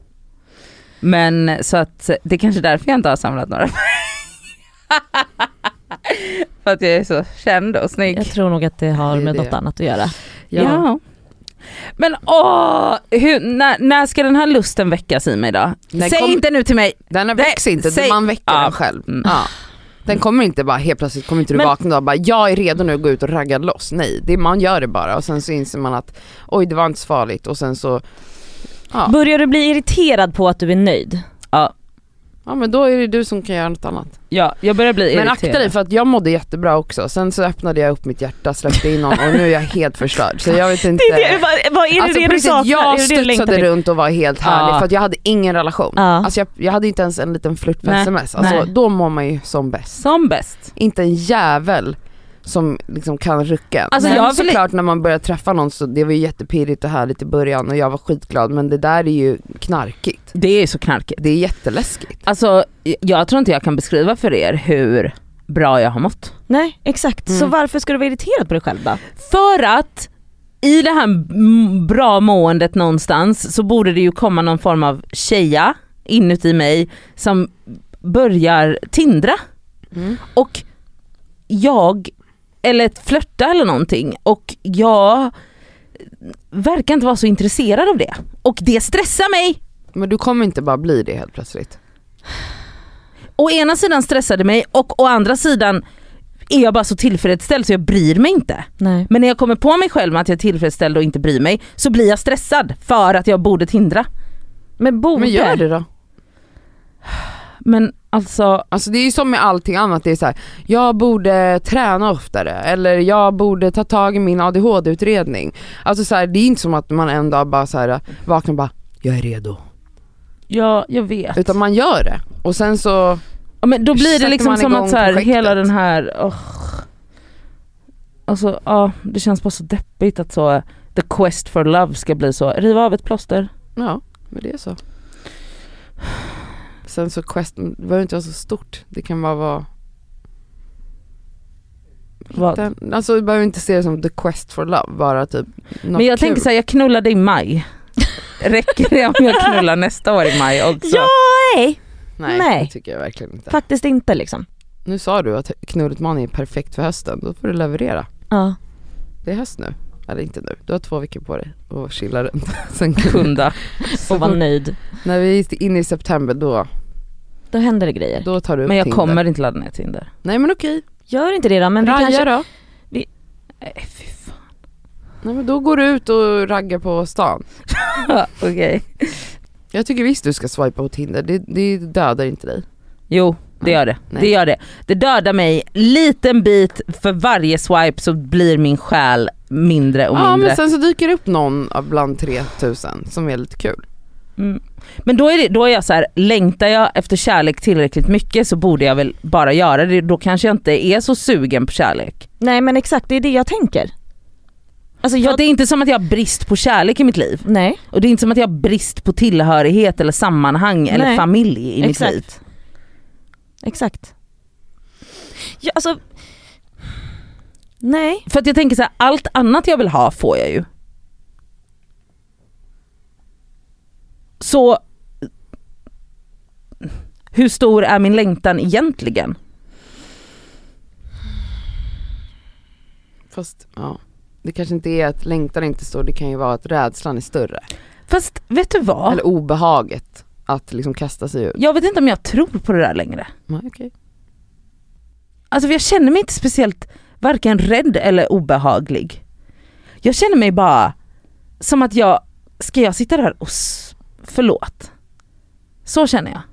Men så att det är kanske därför jag inte har samlat några. För att jag är så känd och snygg. Jag tror nog att det har Det är med det. något annat att göra. Ja. Ja. Men åh, hur, när, när ska den här lusten väckas i mig då? Den Säg kom- inte nu till mig. Den här Nej, väcks inte, säg- man väcker Ja. den själv. Mm. Ja. Den kommer inte bara helt plötsligt, kommer inte du Men- vakna och bara jag är redo nu att gå ut och ragga loss. Nej, det, man gör det bara och sen så inser man att oj det var inte så farligt och sen så ja, Börjar du bli irriterad på att du är nöjd? Ja, ja men då är det du som kan göra något annat. ja, jag börjar bli Men irriterad. akta dig för att jag mådde jättebra också. Sen så öppnade jag upp mitt hjärta, släppte in någon och nu är jag helt förstörd. Så jag vet inte. Det är det, vad, vad är det, Alltså det på du riktigt, saknar? jag Är det det du längtar studsade till? runt och var helt härlig Ja. för att jag hade ingen relation. Ja. Alltså jag, jag hade inte ens en liten flört på Nej. sms. Alltså Nej. då mår man ju som bäst. Som bäst. Inte en jävel som liksom kan rycka. Alltså, Sen jag vill- såklart när man börjar träffa någon så det var ju jättepirrigt och härligt i början och jag var skitglad, men det där är ju knarkigt. Det är så knarkigt. Det är jätteläskigt. Alltså jag tror inte jag kan beskriva för er hur bra jag har mått. Nej, exakt. Så Mm. varför ska du vara irriterad på dig själv då? För att i det här m- bra måendet någonstans så borde det ju komma någon form av tjeja inuti mig som börjar tindra. Mm. Och jag, eller ett flörta eller någonting, och jag verkar inte vara så intresserad av det. Och det stressar mig. Men du kommer inte bara bli det helt plötsligt. Å ena sidan stressade mig och å andra sidan är jag bara så tillfredsställd så jag bryr mig inte. Nej. Men när jag kommer på mig själv med att jag är tillfredsställd och inte bryr mig så blir jag stressad för att jag borde hindra. Men borde. Men gör det då. Men alltså... Alltså det är ju som med allting annat. Det är så här, jag borde träna oftare. Eller jag borde ta tag i min A D H D-utredning. Alltså så här, det är inte som att man en dag bara så här, vaknar och bara, jag är redo. Ja, jag vet. Utan man gör det. Och sen så... Ja, men då blir det liksom som att så här, projektet. hela den här... Oh. Alltså, ja, det känns bara så deppigt att så the quest for love ska bli så. Riva av ett plåster. Ja, men det är så. Sen så quest, det behöver inte vara så stort. Det kan bara vara... Vad? Den, alltså du behöver inte se det som the quest for love. Bara typ något Men jag kul. tänker så här, jag knullade i maj. Räcker det om jag knullar nästa år i maj också? Ja, nej. Nej, Nej. det tycker jag verkligen inte. Faktiskt inte liksom. Nu sa du att knullutmaning är perfekt för hösten. Då får du leverera. Ja. Det är höst nu. Eller inte nu. Du har två veckor på dig och chilla runt. Sen Kunda. Och vara nöjd. när vi är inne i september då, Då händer det grejer. då tar du upp Men jag Tinder. kommer inte ladda ner Tinder. Nej men okej. Gör inte det då. Men vi Raja kanske... då? Nej, fy fan. Nej men då går du ut och raggar på stan. Okej. Jag tycker visst du ska swipa på Tinder. Det, det dödar inte dig. Jo, det gör det. Nej. Det gör det. Det dödar mig liten bit för varje swipe så blir min själ mindre och Ja mindre. men sen så dyker det upp någon av bland tre tusen som är lite kul. Mm. Men då är, det, då är jag så här, längtar jag efter kärlek tillräckligt mycket så borde jag väl bara göra det. Då kanske jag inte är så sugen på kärlek. Nej men exakt, det är det jag tänker. Alltså För jag... att det är inte som att jag har brist på kärlek i mitt liv. Nej. Och det är inte som att jag har brist på tillhörighet eller sammanhang eller Nej. familj i Exakt. mitt liv. Exakt. Ja, alltså... Nej. För att jag tänker så här, allt annat jag vill ha får jag ju. Så hur stor är min längtan egentligen? Fast ja, det kanske inte är att längtan inte står, det kan ju vara att rädslan är större. Fast vet du vad? Eller obehaget att liksom kasta sig ut. Jag vet inte om jag tror på det där längre. Nej, okej. Alltså för jag känner mig inte speciellt varken rädd eller obehaglig. Jag känner mig bara som att jag, ska jag sitta där och s- förlåt. Så känner jag.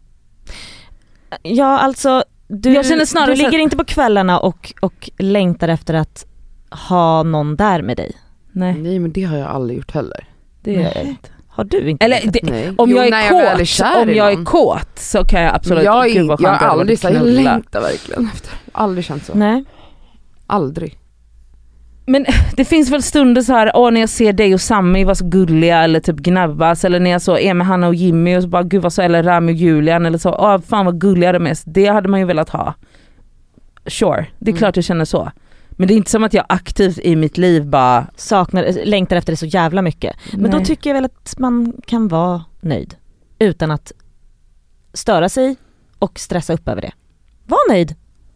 Ja alltså, du, Jag känner snarare du så- ligger inte på kvällarna och, och längtar efter att ha någon där med dig. Nej, Nej men det har jag aldrig gjort heller. det gör jag Nej. inte. Har du inte? Eller det, Nej. om Jo, jag när är väl är kåt, kär om i jag är någon. kåt så kan jag absolut, jag, är, gud vad jag skönt har det hade aldrig varit sagt, att jag knulla. längtar verkligen efter. Aldrig känt så. Nej. Aldrig. Men det finns väl stunder så här, åh när jag ser dig och Sammy var så gulliga eller typ gnabbas, eller när jag så är med Hanna och Jimmy och så bara gud vad så, eller Rami och Julian eller så, åh fan vad gulliga de är. Det hade man ju velat ha. Sure, det är Mm. klart jag känner så. Men det är inte som att jag aktivt i mitt liv bara... Saknar, längtar efter det så jävla mycket. Men Nej. då tycker jag väl att man kan vara nöjd. Utan att störa sig och stressa upp över det. Var nöjd.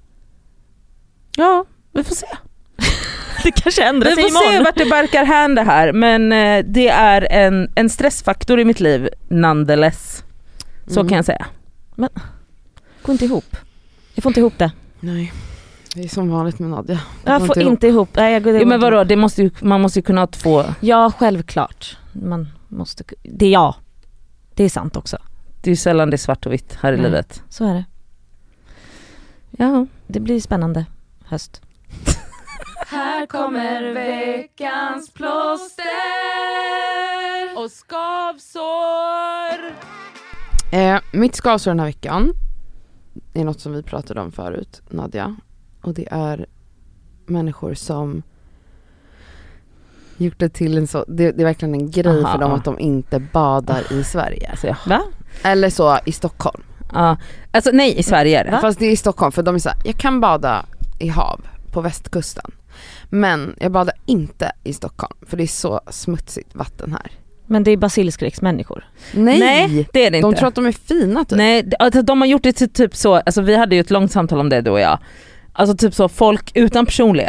Ja, vi får se. Det kanske ändrar Vi sig får imorgon. se vart det barkar hän det här. Men eh, det är en, en stressfaktor i mitt liv nonetheless. Så Mm. kan jag säga. Gå inte ihop. Jag får inte ihop det. Nej. Det är som vanligt med Nadja. Jag får inte ihop. Nej, jag går, Ja, men vadå, det måste ju, man måste ju kunna ha två... Ja, självklart. Man måste, det är jag. Det är sant också. Det är ju sällan det är svart och vitt här i Nej. livet. Så är det. Ja. Det blir spännande höst. Här kommer veckans plåster och skavsår. Eh, mitt skavsår den här veckan är något som vi pratade om förut, Nadja. Och det är människor som gjort det till en så... Det, det är verkligen en grej Aha. för dem att de inte badar i Sverige. Alltså, ja. Va? Eller så i Stockholm. Ja. Alltså nej, i Sverige är det. Va? Fast det är i Stockholm, för de är så här, jag kan bada i hav på västkusten. Men jag badar inte i Stockholm, för det är så smutsigt vatten här. Men det är basilskräcksmänniskor. Nej! Nej, det är det inte. De tror att de är fina typ. Nej, de, alltså, de har gjort det till typ så, alltså vi hade ju ett långt samtal om det du och jag. Alltså typ så, folk utan personlighet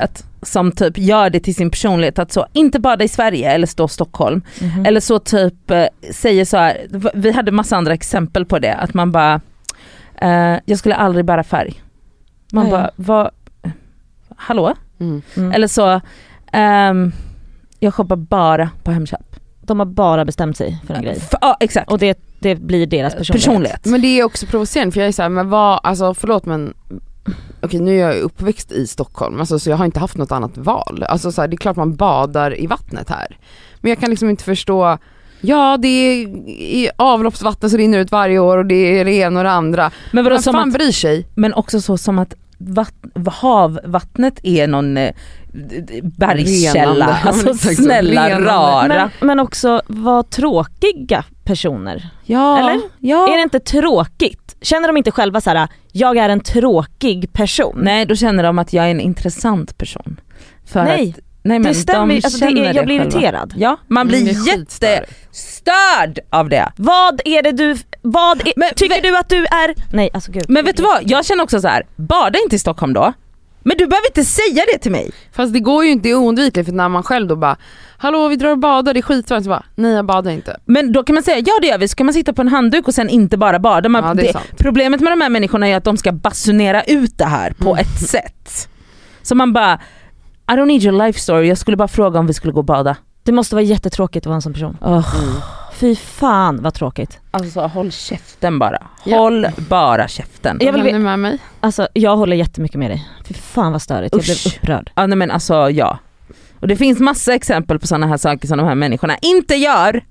som typ gör det till sin personlighet att så inte bada i Sverige eller stå i Stockholm. Mhm. Eller så typ eh, säger så här, v- vi hade massa andra exempel på det, att man bara eh, jag skulle aldrig bära färg. Man Ja, ja. bara, vad, hallå? Mm. Mm. Eller så ehm, jag shoppar bara på Hemköp. De har bara bestämt sig för en grej. F- ja, exakt. Och det, det blir deras personlighet. personlighet. Men det är också provocerande för jag är såhär, men vad, alltså förlåt men okej nu är jag uppväxt i Stockholm, alltså, så jag har inte haft något annat val. Alltså så här, det är klart man badar i vattnet här. Men jag kan liksom inte förstå, ja det är i avloppsvatten som rinner ut varje år och det är det ena och det andra. Men vadå, Vem som fan att, bryr sig? men också så som att vatt- havvattnet är någon eh, d- d- bergskälla. Renande. Alltså Exakt så. snälla Renande. rara. Men, men också vad tråkiga personer. ja, Eller? Ja. Är det inte tråkigt? Känner de inte själva så här: jag är en tråkig person? Nej, då känner de att jag är en intressant person. För Nej, att, nej men det stämmer de ju. Alltså, det känner är, jag blir själva. irriterad. Ja, man blir Mm, det är skitstörigt. jättestörd av det. Vad är det du, vad är, Men tycker vet- du att du är, nej alltså gud. Men vet du vad, jag känner också så här: bada inte i Stockholm då. Men du behöver inte säga det till mig. Fast det går ju inte, det är oundvikligt för när man själv då bara, hallå vi drar och badar, det är skitvarmt, så bara, nej jag badar inte. Men då kan man säga, ja det gör vi, så kan man sitta på en handduk och sen inte bara bada. Man, Ja, det är det, sant. problemet med de här människorna är att de ska basunera ut det här på Mm. ett sätt. Så man bara, I don't need your life story, jag skulle bara fråga om vi skulle gå och bada. Det måste vara jättetråkigt att vara en sån person. Oh. Mm. Fy fan vad tråkigt. Alltså håll käften bara. Ja. Håll bara käften. Jag vill Vad ve- händer med mig? Alltså jag håller jättemycket med dig. Fy fan vad störigt, jag Usch. blev upprörd. Ja, nej, men alltså ja. Och det finns massa exempel på sådana här saker som de här människorna inte gör.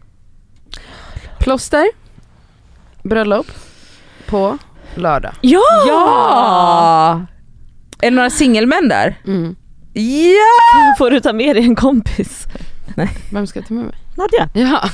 Plåster, bröllop på lördag. Ja! Ja! Är det några singelmän där? Mm. Ja! Får du ta med dig en kompis? Vem ska jag ta med mig? Nadja. Ja.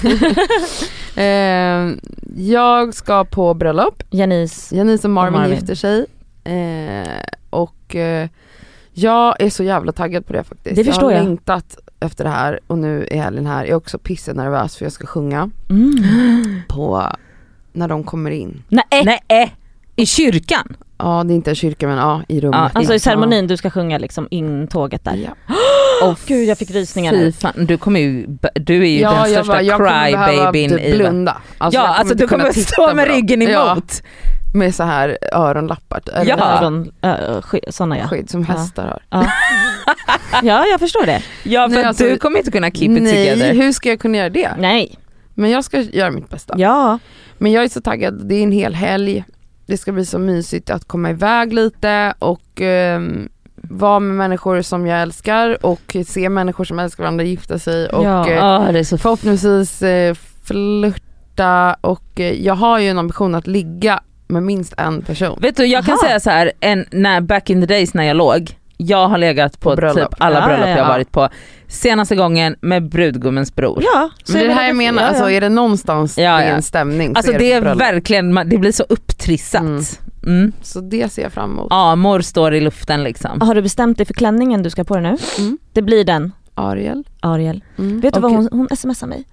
eh, jag ska på bröllop. Janice. Janice och Marvin, Och Marvin. gifter sig. Eh, och eh, jag är så jävla taggad på det faktiskt. Det förstår jag. jag. har längtat efter det här och nu är helgen här. Jag är också pissenervös för jag ska sjunga Mm. på när de kommer in. Nej, Nej, i kyrkan. Ja, det är inte en kyrka men ja, i rummet. Ja, alltså i Ja. ceremonin du ska sjunga liksom in tåget där. Ja. Oh, Gud jag fick rysningar fy nu. fan, du kommer ju, du är ju Ja, den jag största bara, jag kommer behöva crybabyn typ i blunda. Alltså, ja, jag alltså inte du kommer kunna att titta stå på med dem. ryggen Ja, emot. med så här öronlappar. Eller Ja. Öron, ö, sk- såna ja. skydd som Ja. hästar har. Ja. Ja jag förstår det. Ja, för Nej, att alltså, du kommer inte kunna keep it Nej, together. hur ska jag kunna göra det? Nej. Men jag ska göra mitt bästa. Ja. Men jag är så taggad, det är en hel helg. Det ska bli så mysigt att komma iväg lite och ehm, vara med människor som jag älskar och se människor som älskar varandra gifta sig och Ja. eh, Ja, det är så förhoppningsvis eh, flirta och eh, jag har ju en ambition att ligga med minst en person. Vet du, jag kan Aha. säga så här, en, när back in the days när jag låg, jag har legat på, På bröllop. typ alla Ja, bröllop ja, jag ja. varit på. Senaste gången med brudgummens bror. Ja. så Men det är det väl här att jag menar, ja, alltså ja. är det någonstans Ja, det är ja. en stämning så Alltså är det det är på bröllop. verkligen, man- det blir så upptrissat. Mm. Mm. Så det ser jag fram emot. Amor står i luften liksom. Har du bestämt dig för klänningen du ska på dig nu? Mm. Det blir den, Ariel. Ariel. Mm. Vet du vad Okej. hon, hon smsar mig?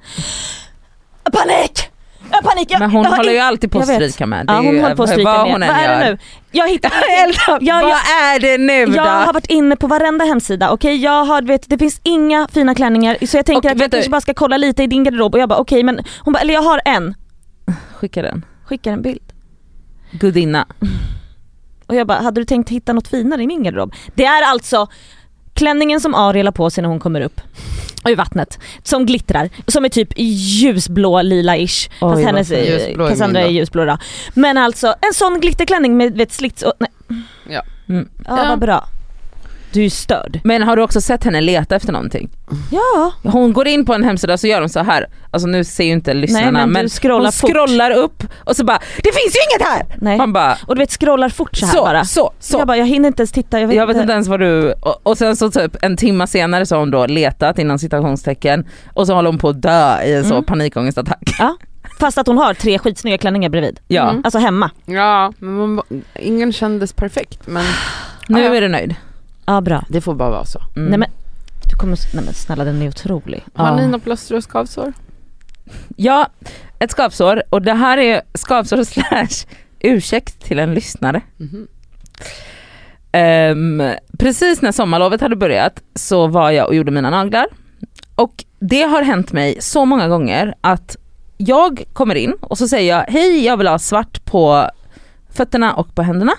Panik! Jag har panik! Jag, Men hon jag har håller in- ju alltid på jag att vet. stryka med. Det Ja är hon ju- håller på att stryka vad med. hon än Vad är gör. det nu? Jag hittar Elda, Ja, vad jag- är det nu då? Jag har varit inne på varenda hemsida, okej jag har, vet, det finns inga fina klänningar så jag tänker Och att jag vet du- kanske bara ska kolla lite i din garderob och jag bara okej men hon bara, eller jag har en, Skicka den. skickar en bild Gudinna. och jag bara hade du tänkt hitta något finare i min garderob? Det är alltså klänningen som Ariel har på sig när hon kommer upp ur vattnet, som glittrar, som är typ ljusblå lila-ish, Oj, fast vad hennes fint. eh, Ljusblå är Cassandra min är då. ljusblå då. Men alltså en sån glitterklänning med vet, slits och, nej. Ja. Mm. Ja, Ja. vad bra. Du är ju störd. Men har du också sett henne leta efter någonting? Ja. Hon går in på en hemsida så gör de så här. Alltså nu ser ju inte lyssnarna, Nej, men du men scrollar hon fort. scrollar upp och så bara, det finns ju inget här! Nej. Man bara, Och du vet scrollar fort så här så, bara. så, så. Jag bara jag hinner inte ens titta. Jag vet, Jag vet inte ens vad du, och, och sen så typ en timma senare så har hon då letat innan citationstecken och så håller hon på att dö i en så Mm. panikångestattack. Ja. Fast att hon har tre skitsnygga klänningar bredvid. Ja, Mm. Alltså hemma. Ja, men man, ingen kändes perfekt men nu Ja, ja. är du nöjd. Ja bra. det får bara vara så. Mm. Nej men du kommer, nej men snälla den är otrolig. Har Ja. ni några plåster och skavsår? Ja, ett skavsår och det här är skavsår slash ursäkt till en lyssnare. Mhm. Um, precis när sommarlovet hade börjat så var jag och gjorde mina naglar. Och det har hänt mig så många gånger att jag kommer in och så säger jag hej, jag vill ha svart på fötterna och på händerna.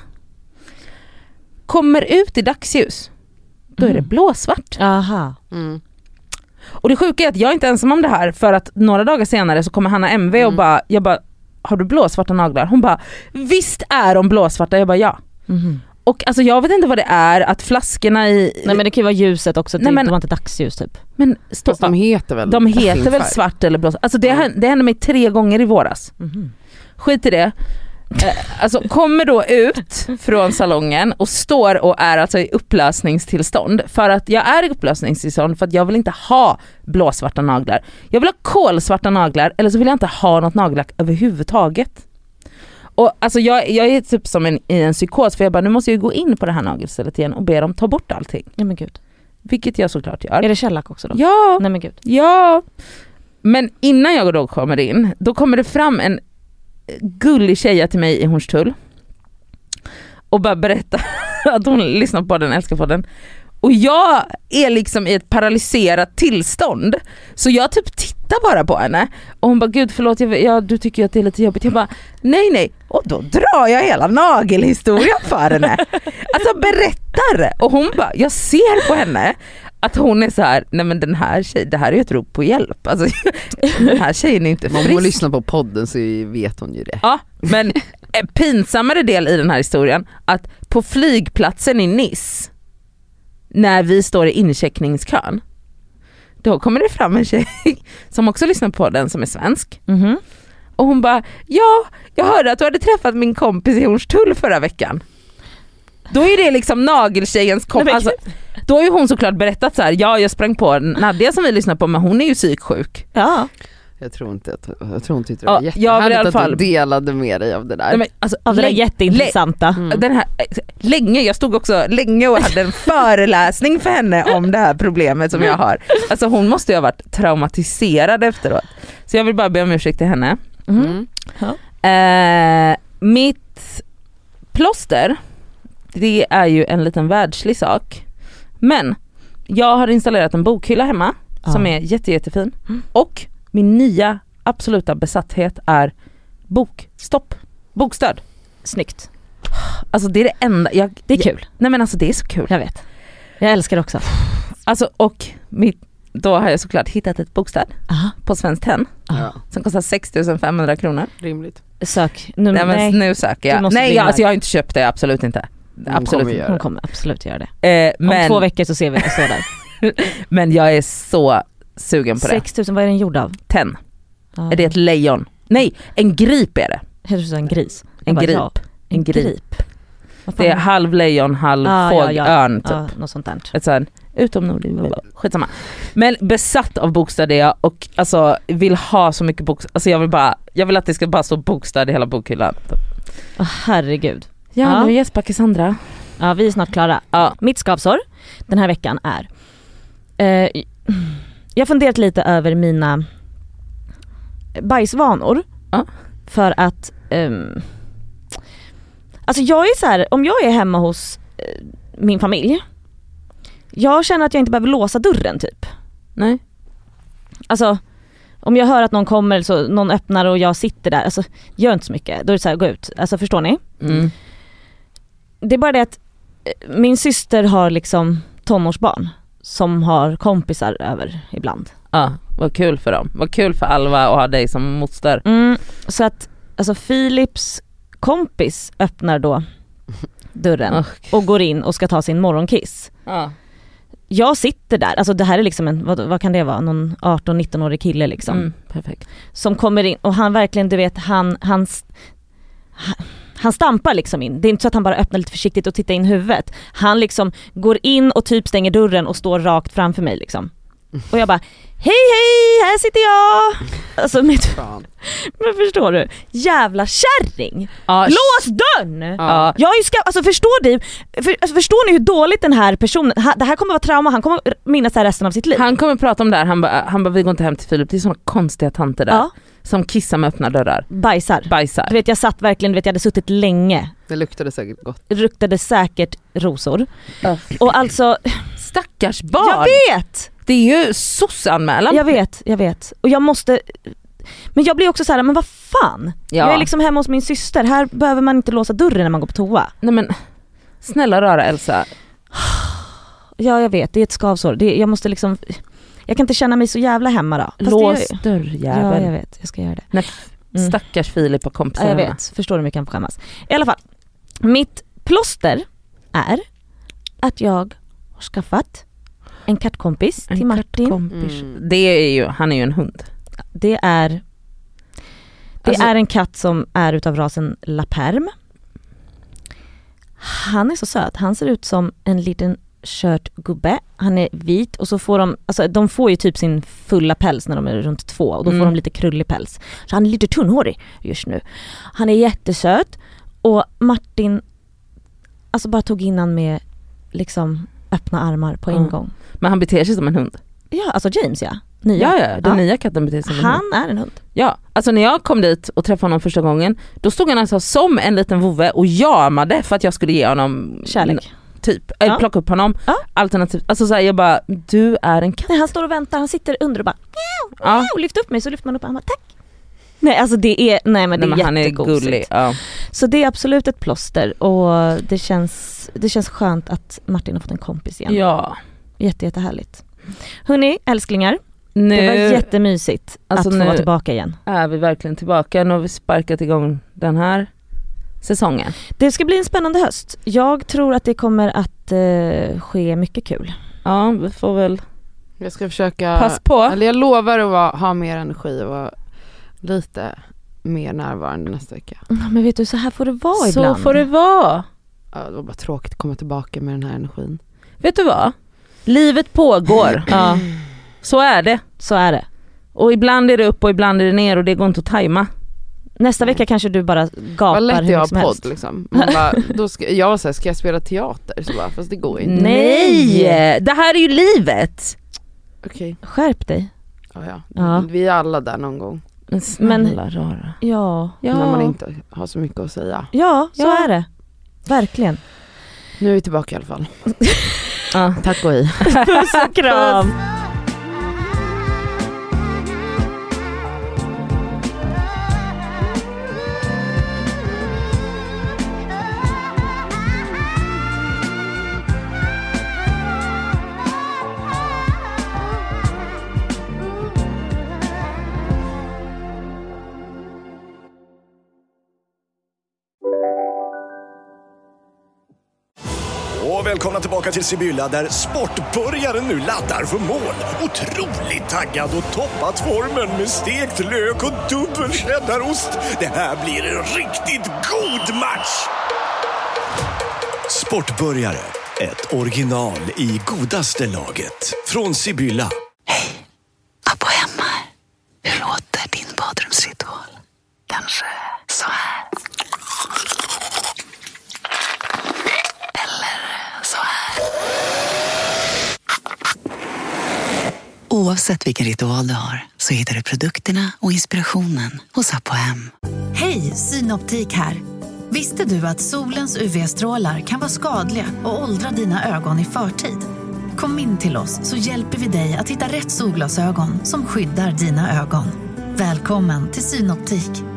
Kommer ut i dagsljus, då är det blåsvart. Aha. Mm. Och det sjuka är att jag är inte ensam om det här, för att några dagar senare så kommer Hanna M V och Mm. bara, jag bara, har du blåsvarta naglar? Hon bara, visst är de blåsvarta? Jag bara, ja. Mm. Och alltså jag vet inte vad det är att flaskorna i... Nej men det kan ju vara ljuset också, Nej, men- det var inte dagsljus typ. Men stå, Fast de heter väl de heter sin väl färg. svart eller blåsvart? Alltså det, hände, det hände mig tre gånger i våras. Mm. Skit i det. Eh, alltså kommer då ut från salongen och står och är alltså i upplösningstillstånd, för att jag är i upplösningstillstånd för att jag vill inte ha blåsvarta naglar. Jag vill ha kolsvarta naglar, eller så vill jag inte ha något nagellack överhuvudtaget. Och alltså jag, jag är typ som en, i en psykos, för jag bara, nu måste jag gå in på det här nagelstället igen och be dem ta bort allting. Ja men gud. Vilket jag såklart gör. Är det källack också då? Ja, Nej men gud. ja. Men innan jag då kommer in, då kommer det fram en gullig tjeja till mig i Hornstull och bara berätta att hon lyssnar på den, älskar på den. Och jag är liksom i ett paralyserat tillstånd, så jag typ tittar bara på henne och hon bara, gud förlåt, jag, ja, du tycker ju att det är lite jobbigt. Jag bara, nej nej, och då drar jag hela nagelhistorien för henne. Alltså berättar, och hon bara, jag ser på henne att hon är så här, nej men den här tjejen, det här är ju ett rop på hjälp. Alltså den här tjejen är inte frisk. Om hon lyssnar på podden så vet hon ju det. Ja, men en pinsammare del i den här historien, att på flygplatsen i Nice, när vi står i incheckningskön, då kommer det fram en tjej som också lyssnar på den, som är svensk. Mhm. Och hon bara, ja, jag hörde att du hade träffat min kompis i Hornstull förra veckan. Då är det liksom nageltjejens kompis. Nej, men Alltså, då har ju hon såklart berättat så här, ja jag sprang på Nadia som vi lyssnar på, men hon är ju psyksjuk. Ja. Jag tror inte att jag tror hon tyckte det Ja, var jag vill i jättehärligt alla att fall- du delade med dig av det där. Nej, men, alltså, Av det där lä- jätteintressanta. Mm. Den här, länge, jag stod också länge och hade en föreläsning för henne om det här problemet som jag har. Alltså hon måste ju ha varit traumatiserad efteråt. Så jag vill bara be om ursäkt till henne. Mhm. Mm. Eh, mitt plåster, det är ju en liten världslig sak. Men jag har installerat en bokhylla hemma som Ja. är jätte, jättefin. Mm. Och min nya absoluta besatthet är bokstopp. Bokstöd. Snyggt. Alltså det är det enda. Jag, Det är jag, kul. Nej men alltså det är så kul. Jag vet. Jag älskar det också. Alltså och mitt, då har jag såklart hittat ett bokstöd Aha. på Svenskt Tenn Ja, som kostar sex tusen femhundra kronor. rimligt. Sök. Nu, Nej, men nej. nu söker Du jag. måste Nej bli jag, alltså iväg. jag har inte köpt det, absolut inte. Hon Absolut kommer inte. göra Hon det. kommer absolut göra det. Eh, Om men, två veckor så ser vi det stå där. men jag är så sugen på det. sex tusen, vad är den gjord av? Tenn. Ja. Är det ett lejon? Nej, en grip är det. Heter det en gris? En Jag bara, grip. ja. En grip. Vad fan Det är halv lejon, halv Ah, fåg, ja, ja. örn typ. Ja, något sånt där. Ett sånt utomnordigt, skitsamma. Men besatt av bokstäd är jag, och alltså vill ha så mycket bokstäd. Alltså jag vill bara, jag vill att det ska bara stå bokstäd i hela bokhyllan. Åh, herregud. Ja, Ja. nu gäspar Cassandra. Ja, vi är snart klara. Ja. Mitt skavsår den här veckan är eh, jag har funderat lite över mina bajsvanor. Ja. För att ehm, alltså jag är så här, om jag är hemma hos eh, min familj, jag känner att jag inte behöver låsa dörren typ. Nej. Alltså om jag hör att någon kommer, så någon öppnar och jag sitter där, alltså gör inte så mycket. Då är det så här, gå ut. Alltså förstår ni? Mm. Det är bara det att eh, min syster har liksom tonårsbarn som har kompisar över ibland. Ja, vad kul för dem. Vad kul för Alva att ha dig som moster. Mm, så att alltså Philips kompis öppnar då dörren Oh. och går in och ska ta sin morgonkiss. Ja. Jag sitter där, alltså det här är liksom en, vad, vad kan det vara, någon arton-nitton-årig kille liksom. Mm, perfekt. Som kommer in och han verkligen, du vet, han, han, han, han stampar liksom in. Det är inte så att han bara öppnar lite försiktigt och tittar in huvudet. Han liksom går in och typ stänger dörren och står rakt framför mig liksom. Och jag bara, hej hej, här sitter jag! Alltså mitt, Fan. men förstår du? Jävla kärring! Ja, Lås dörren! ja. Jag är ju ska, alltså förstår du, för, alltså förstår ni hur dåligt den här personen, ha, det här kommer vara trauma, han kommer minnas det här resten av sitt liv. Han kommer prata om det här, han bara, han ba, vi går inte hem till Filip, det är såna konstiga tanter där. Ja. som kissar med öppna dörrar. Bajsar. Bajsar. Du vet, jag satt verkligen, du vet, jag hade suttit länge. Det luktade säkert gott. Det luktade säkert rosor. Uh. Och alltså... Stackars barn! Jag vet! Det är ju sossanmälan. Jag vet, jag vet. Och jag måste... Men jag blir också så här, men vad fan? Ja. Jag är liksom hemma hos min syster. Här behöver man inte låsa dörren när man går på toa. Nej men, snälla röra Elsa. Ja, jag vet. Det är ett skavsår. Det, jag måste liksom... Jag kan inte känna mig så jävla hemma då. Fast Lås det dörrjävel. Ja, jag vet. Jag ska göra det. När mm. stackars Filip och kompisarna. Ja, jag vet. Förstår du mycket han får skämmas. I alla fall. Mitt plåster är att jag har skaffat en kattkompis En till Martin. kattkompis. Mm. Det är ju, han är ju en hund. Det är Det Alltså- är en katt som är utav rasen La Perm. Han är så söt. Han ser ut som en liten kört gubbe. Han är vit och så får de, alltså de får ju typ sin fulla päls när de är runt två och då Mm. får de lite krullig päls. Så han är lite tunnhårig just nu. Han är jättesöt och Martin alltså bara tog in han med liksom öppna armar på en Mm. gång. Men han beter sig som en hund. Ja, alltså James ja. Nya. Ja, ja, den Ja. nya katten beter sig som en hund. Han är en hund. Ja, alltså när jag kom dit och träffade honom första gången, då stod han alltså som en liten vovve och jamade för att jag skulle ge honom Kärlek. typ, Ja. eller plocka upp honom. Ja. Alternativt, alltså så här, jag bara, du är en katt. Nej, han står och väntar, han sitter under och bara Ja. och lyfter upp mig, så lyfter man upp och han bara tack. Nej, alltså det är, nej men det Nej, är men han är jättegosigt. gullig. Ja. Så det är absolut ett plåster och det känns, det känns skönt att Martin har fått en kompis igen. ja. Jätte, jättehärligt. Hörrni, älsklingar, Nu det var jättemysigt Alltså att få nu- vara tillbaka igen. är vi verkligen tillbaka. Nu har vi sparkat igång den här säsongen. Det ska bli en spännande höst. Jag tror att det kommer att eh, ske mycket kul. Ja, vi får väl Jag ska försöka, pass på. eller jag lovar att vara, ha mer energi och vara lite mer närvarande nästa vecka. Men vet du, så här får det vara Så ibland. får det vara. Ja, det var bara tråkigt att komma tillbaka med den här energin. Vet du vad? Livet pågår. Ja, Så är det. så är det. Och ibland är det upp och ibland är det ner och det går inte att tajma. Nästa vecka kanske du bara gapar Vad lätt hur jag mycket som har helst. podd liksom. Man bara, då ska, jag var så här, ska jag spela teater? Så bara, fast det går ju inte. Nej! Det här är ju livet. Okej, Skärp dig. ja, ja. Ja. Vi är alla där någon gång. Men snälla rara. Ja, Ja. När man inte har så mycket att säga. ja så Ja. är det. Verkligen. Nu är vi tillbaka i alla fall. Ja. Tack och hej. Puss och kram. Och välkomna tillbaka till Sibylla där sportbörjaren nu laddar för mål. Otroligt taggad och toppat formen med stekt lök och dubbel cheddarost. Det här blir en riktigt god match! Sportbörjare, ett original i godaste laget. Från Sibylla. Abba hemma. Hur låter din badrumsritual? Kanske så här. Eller så här. Oavsett vilken ritual du har så hittar du produkterna och inspirationen hos Abba hem. Hej, Synoptik här. Visste du att solens U V-strålar kan vara skadliga och åldra dina ögon i förtid? Kom in till oss så hjälper vi dig att hitta rätt solglasögon som skyddar dina ögon. Välkommen till Synoptik.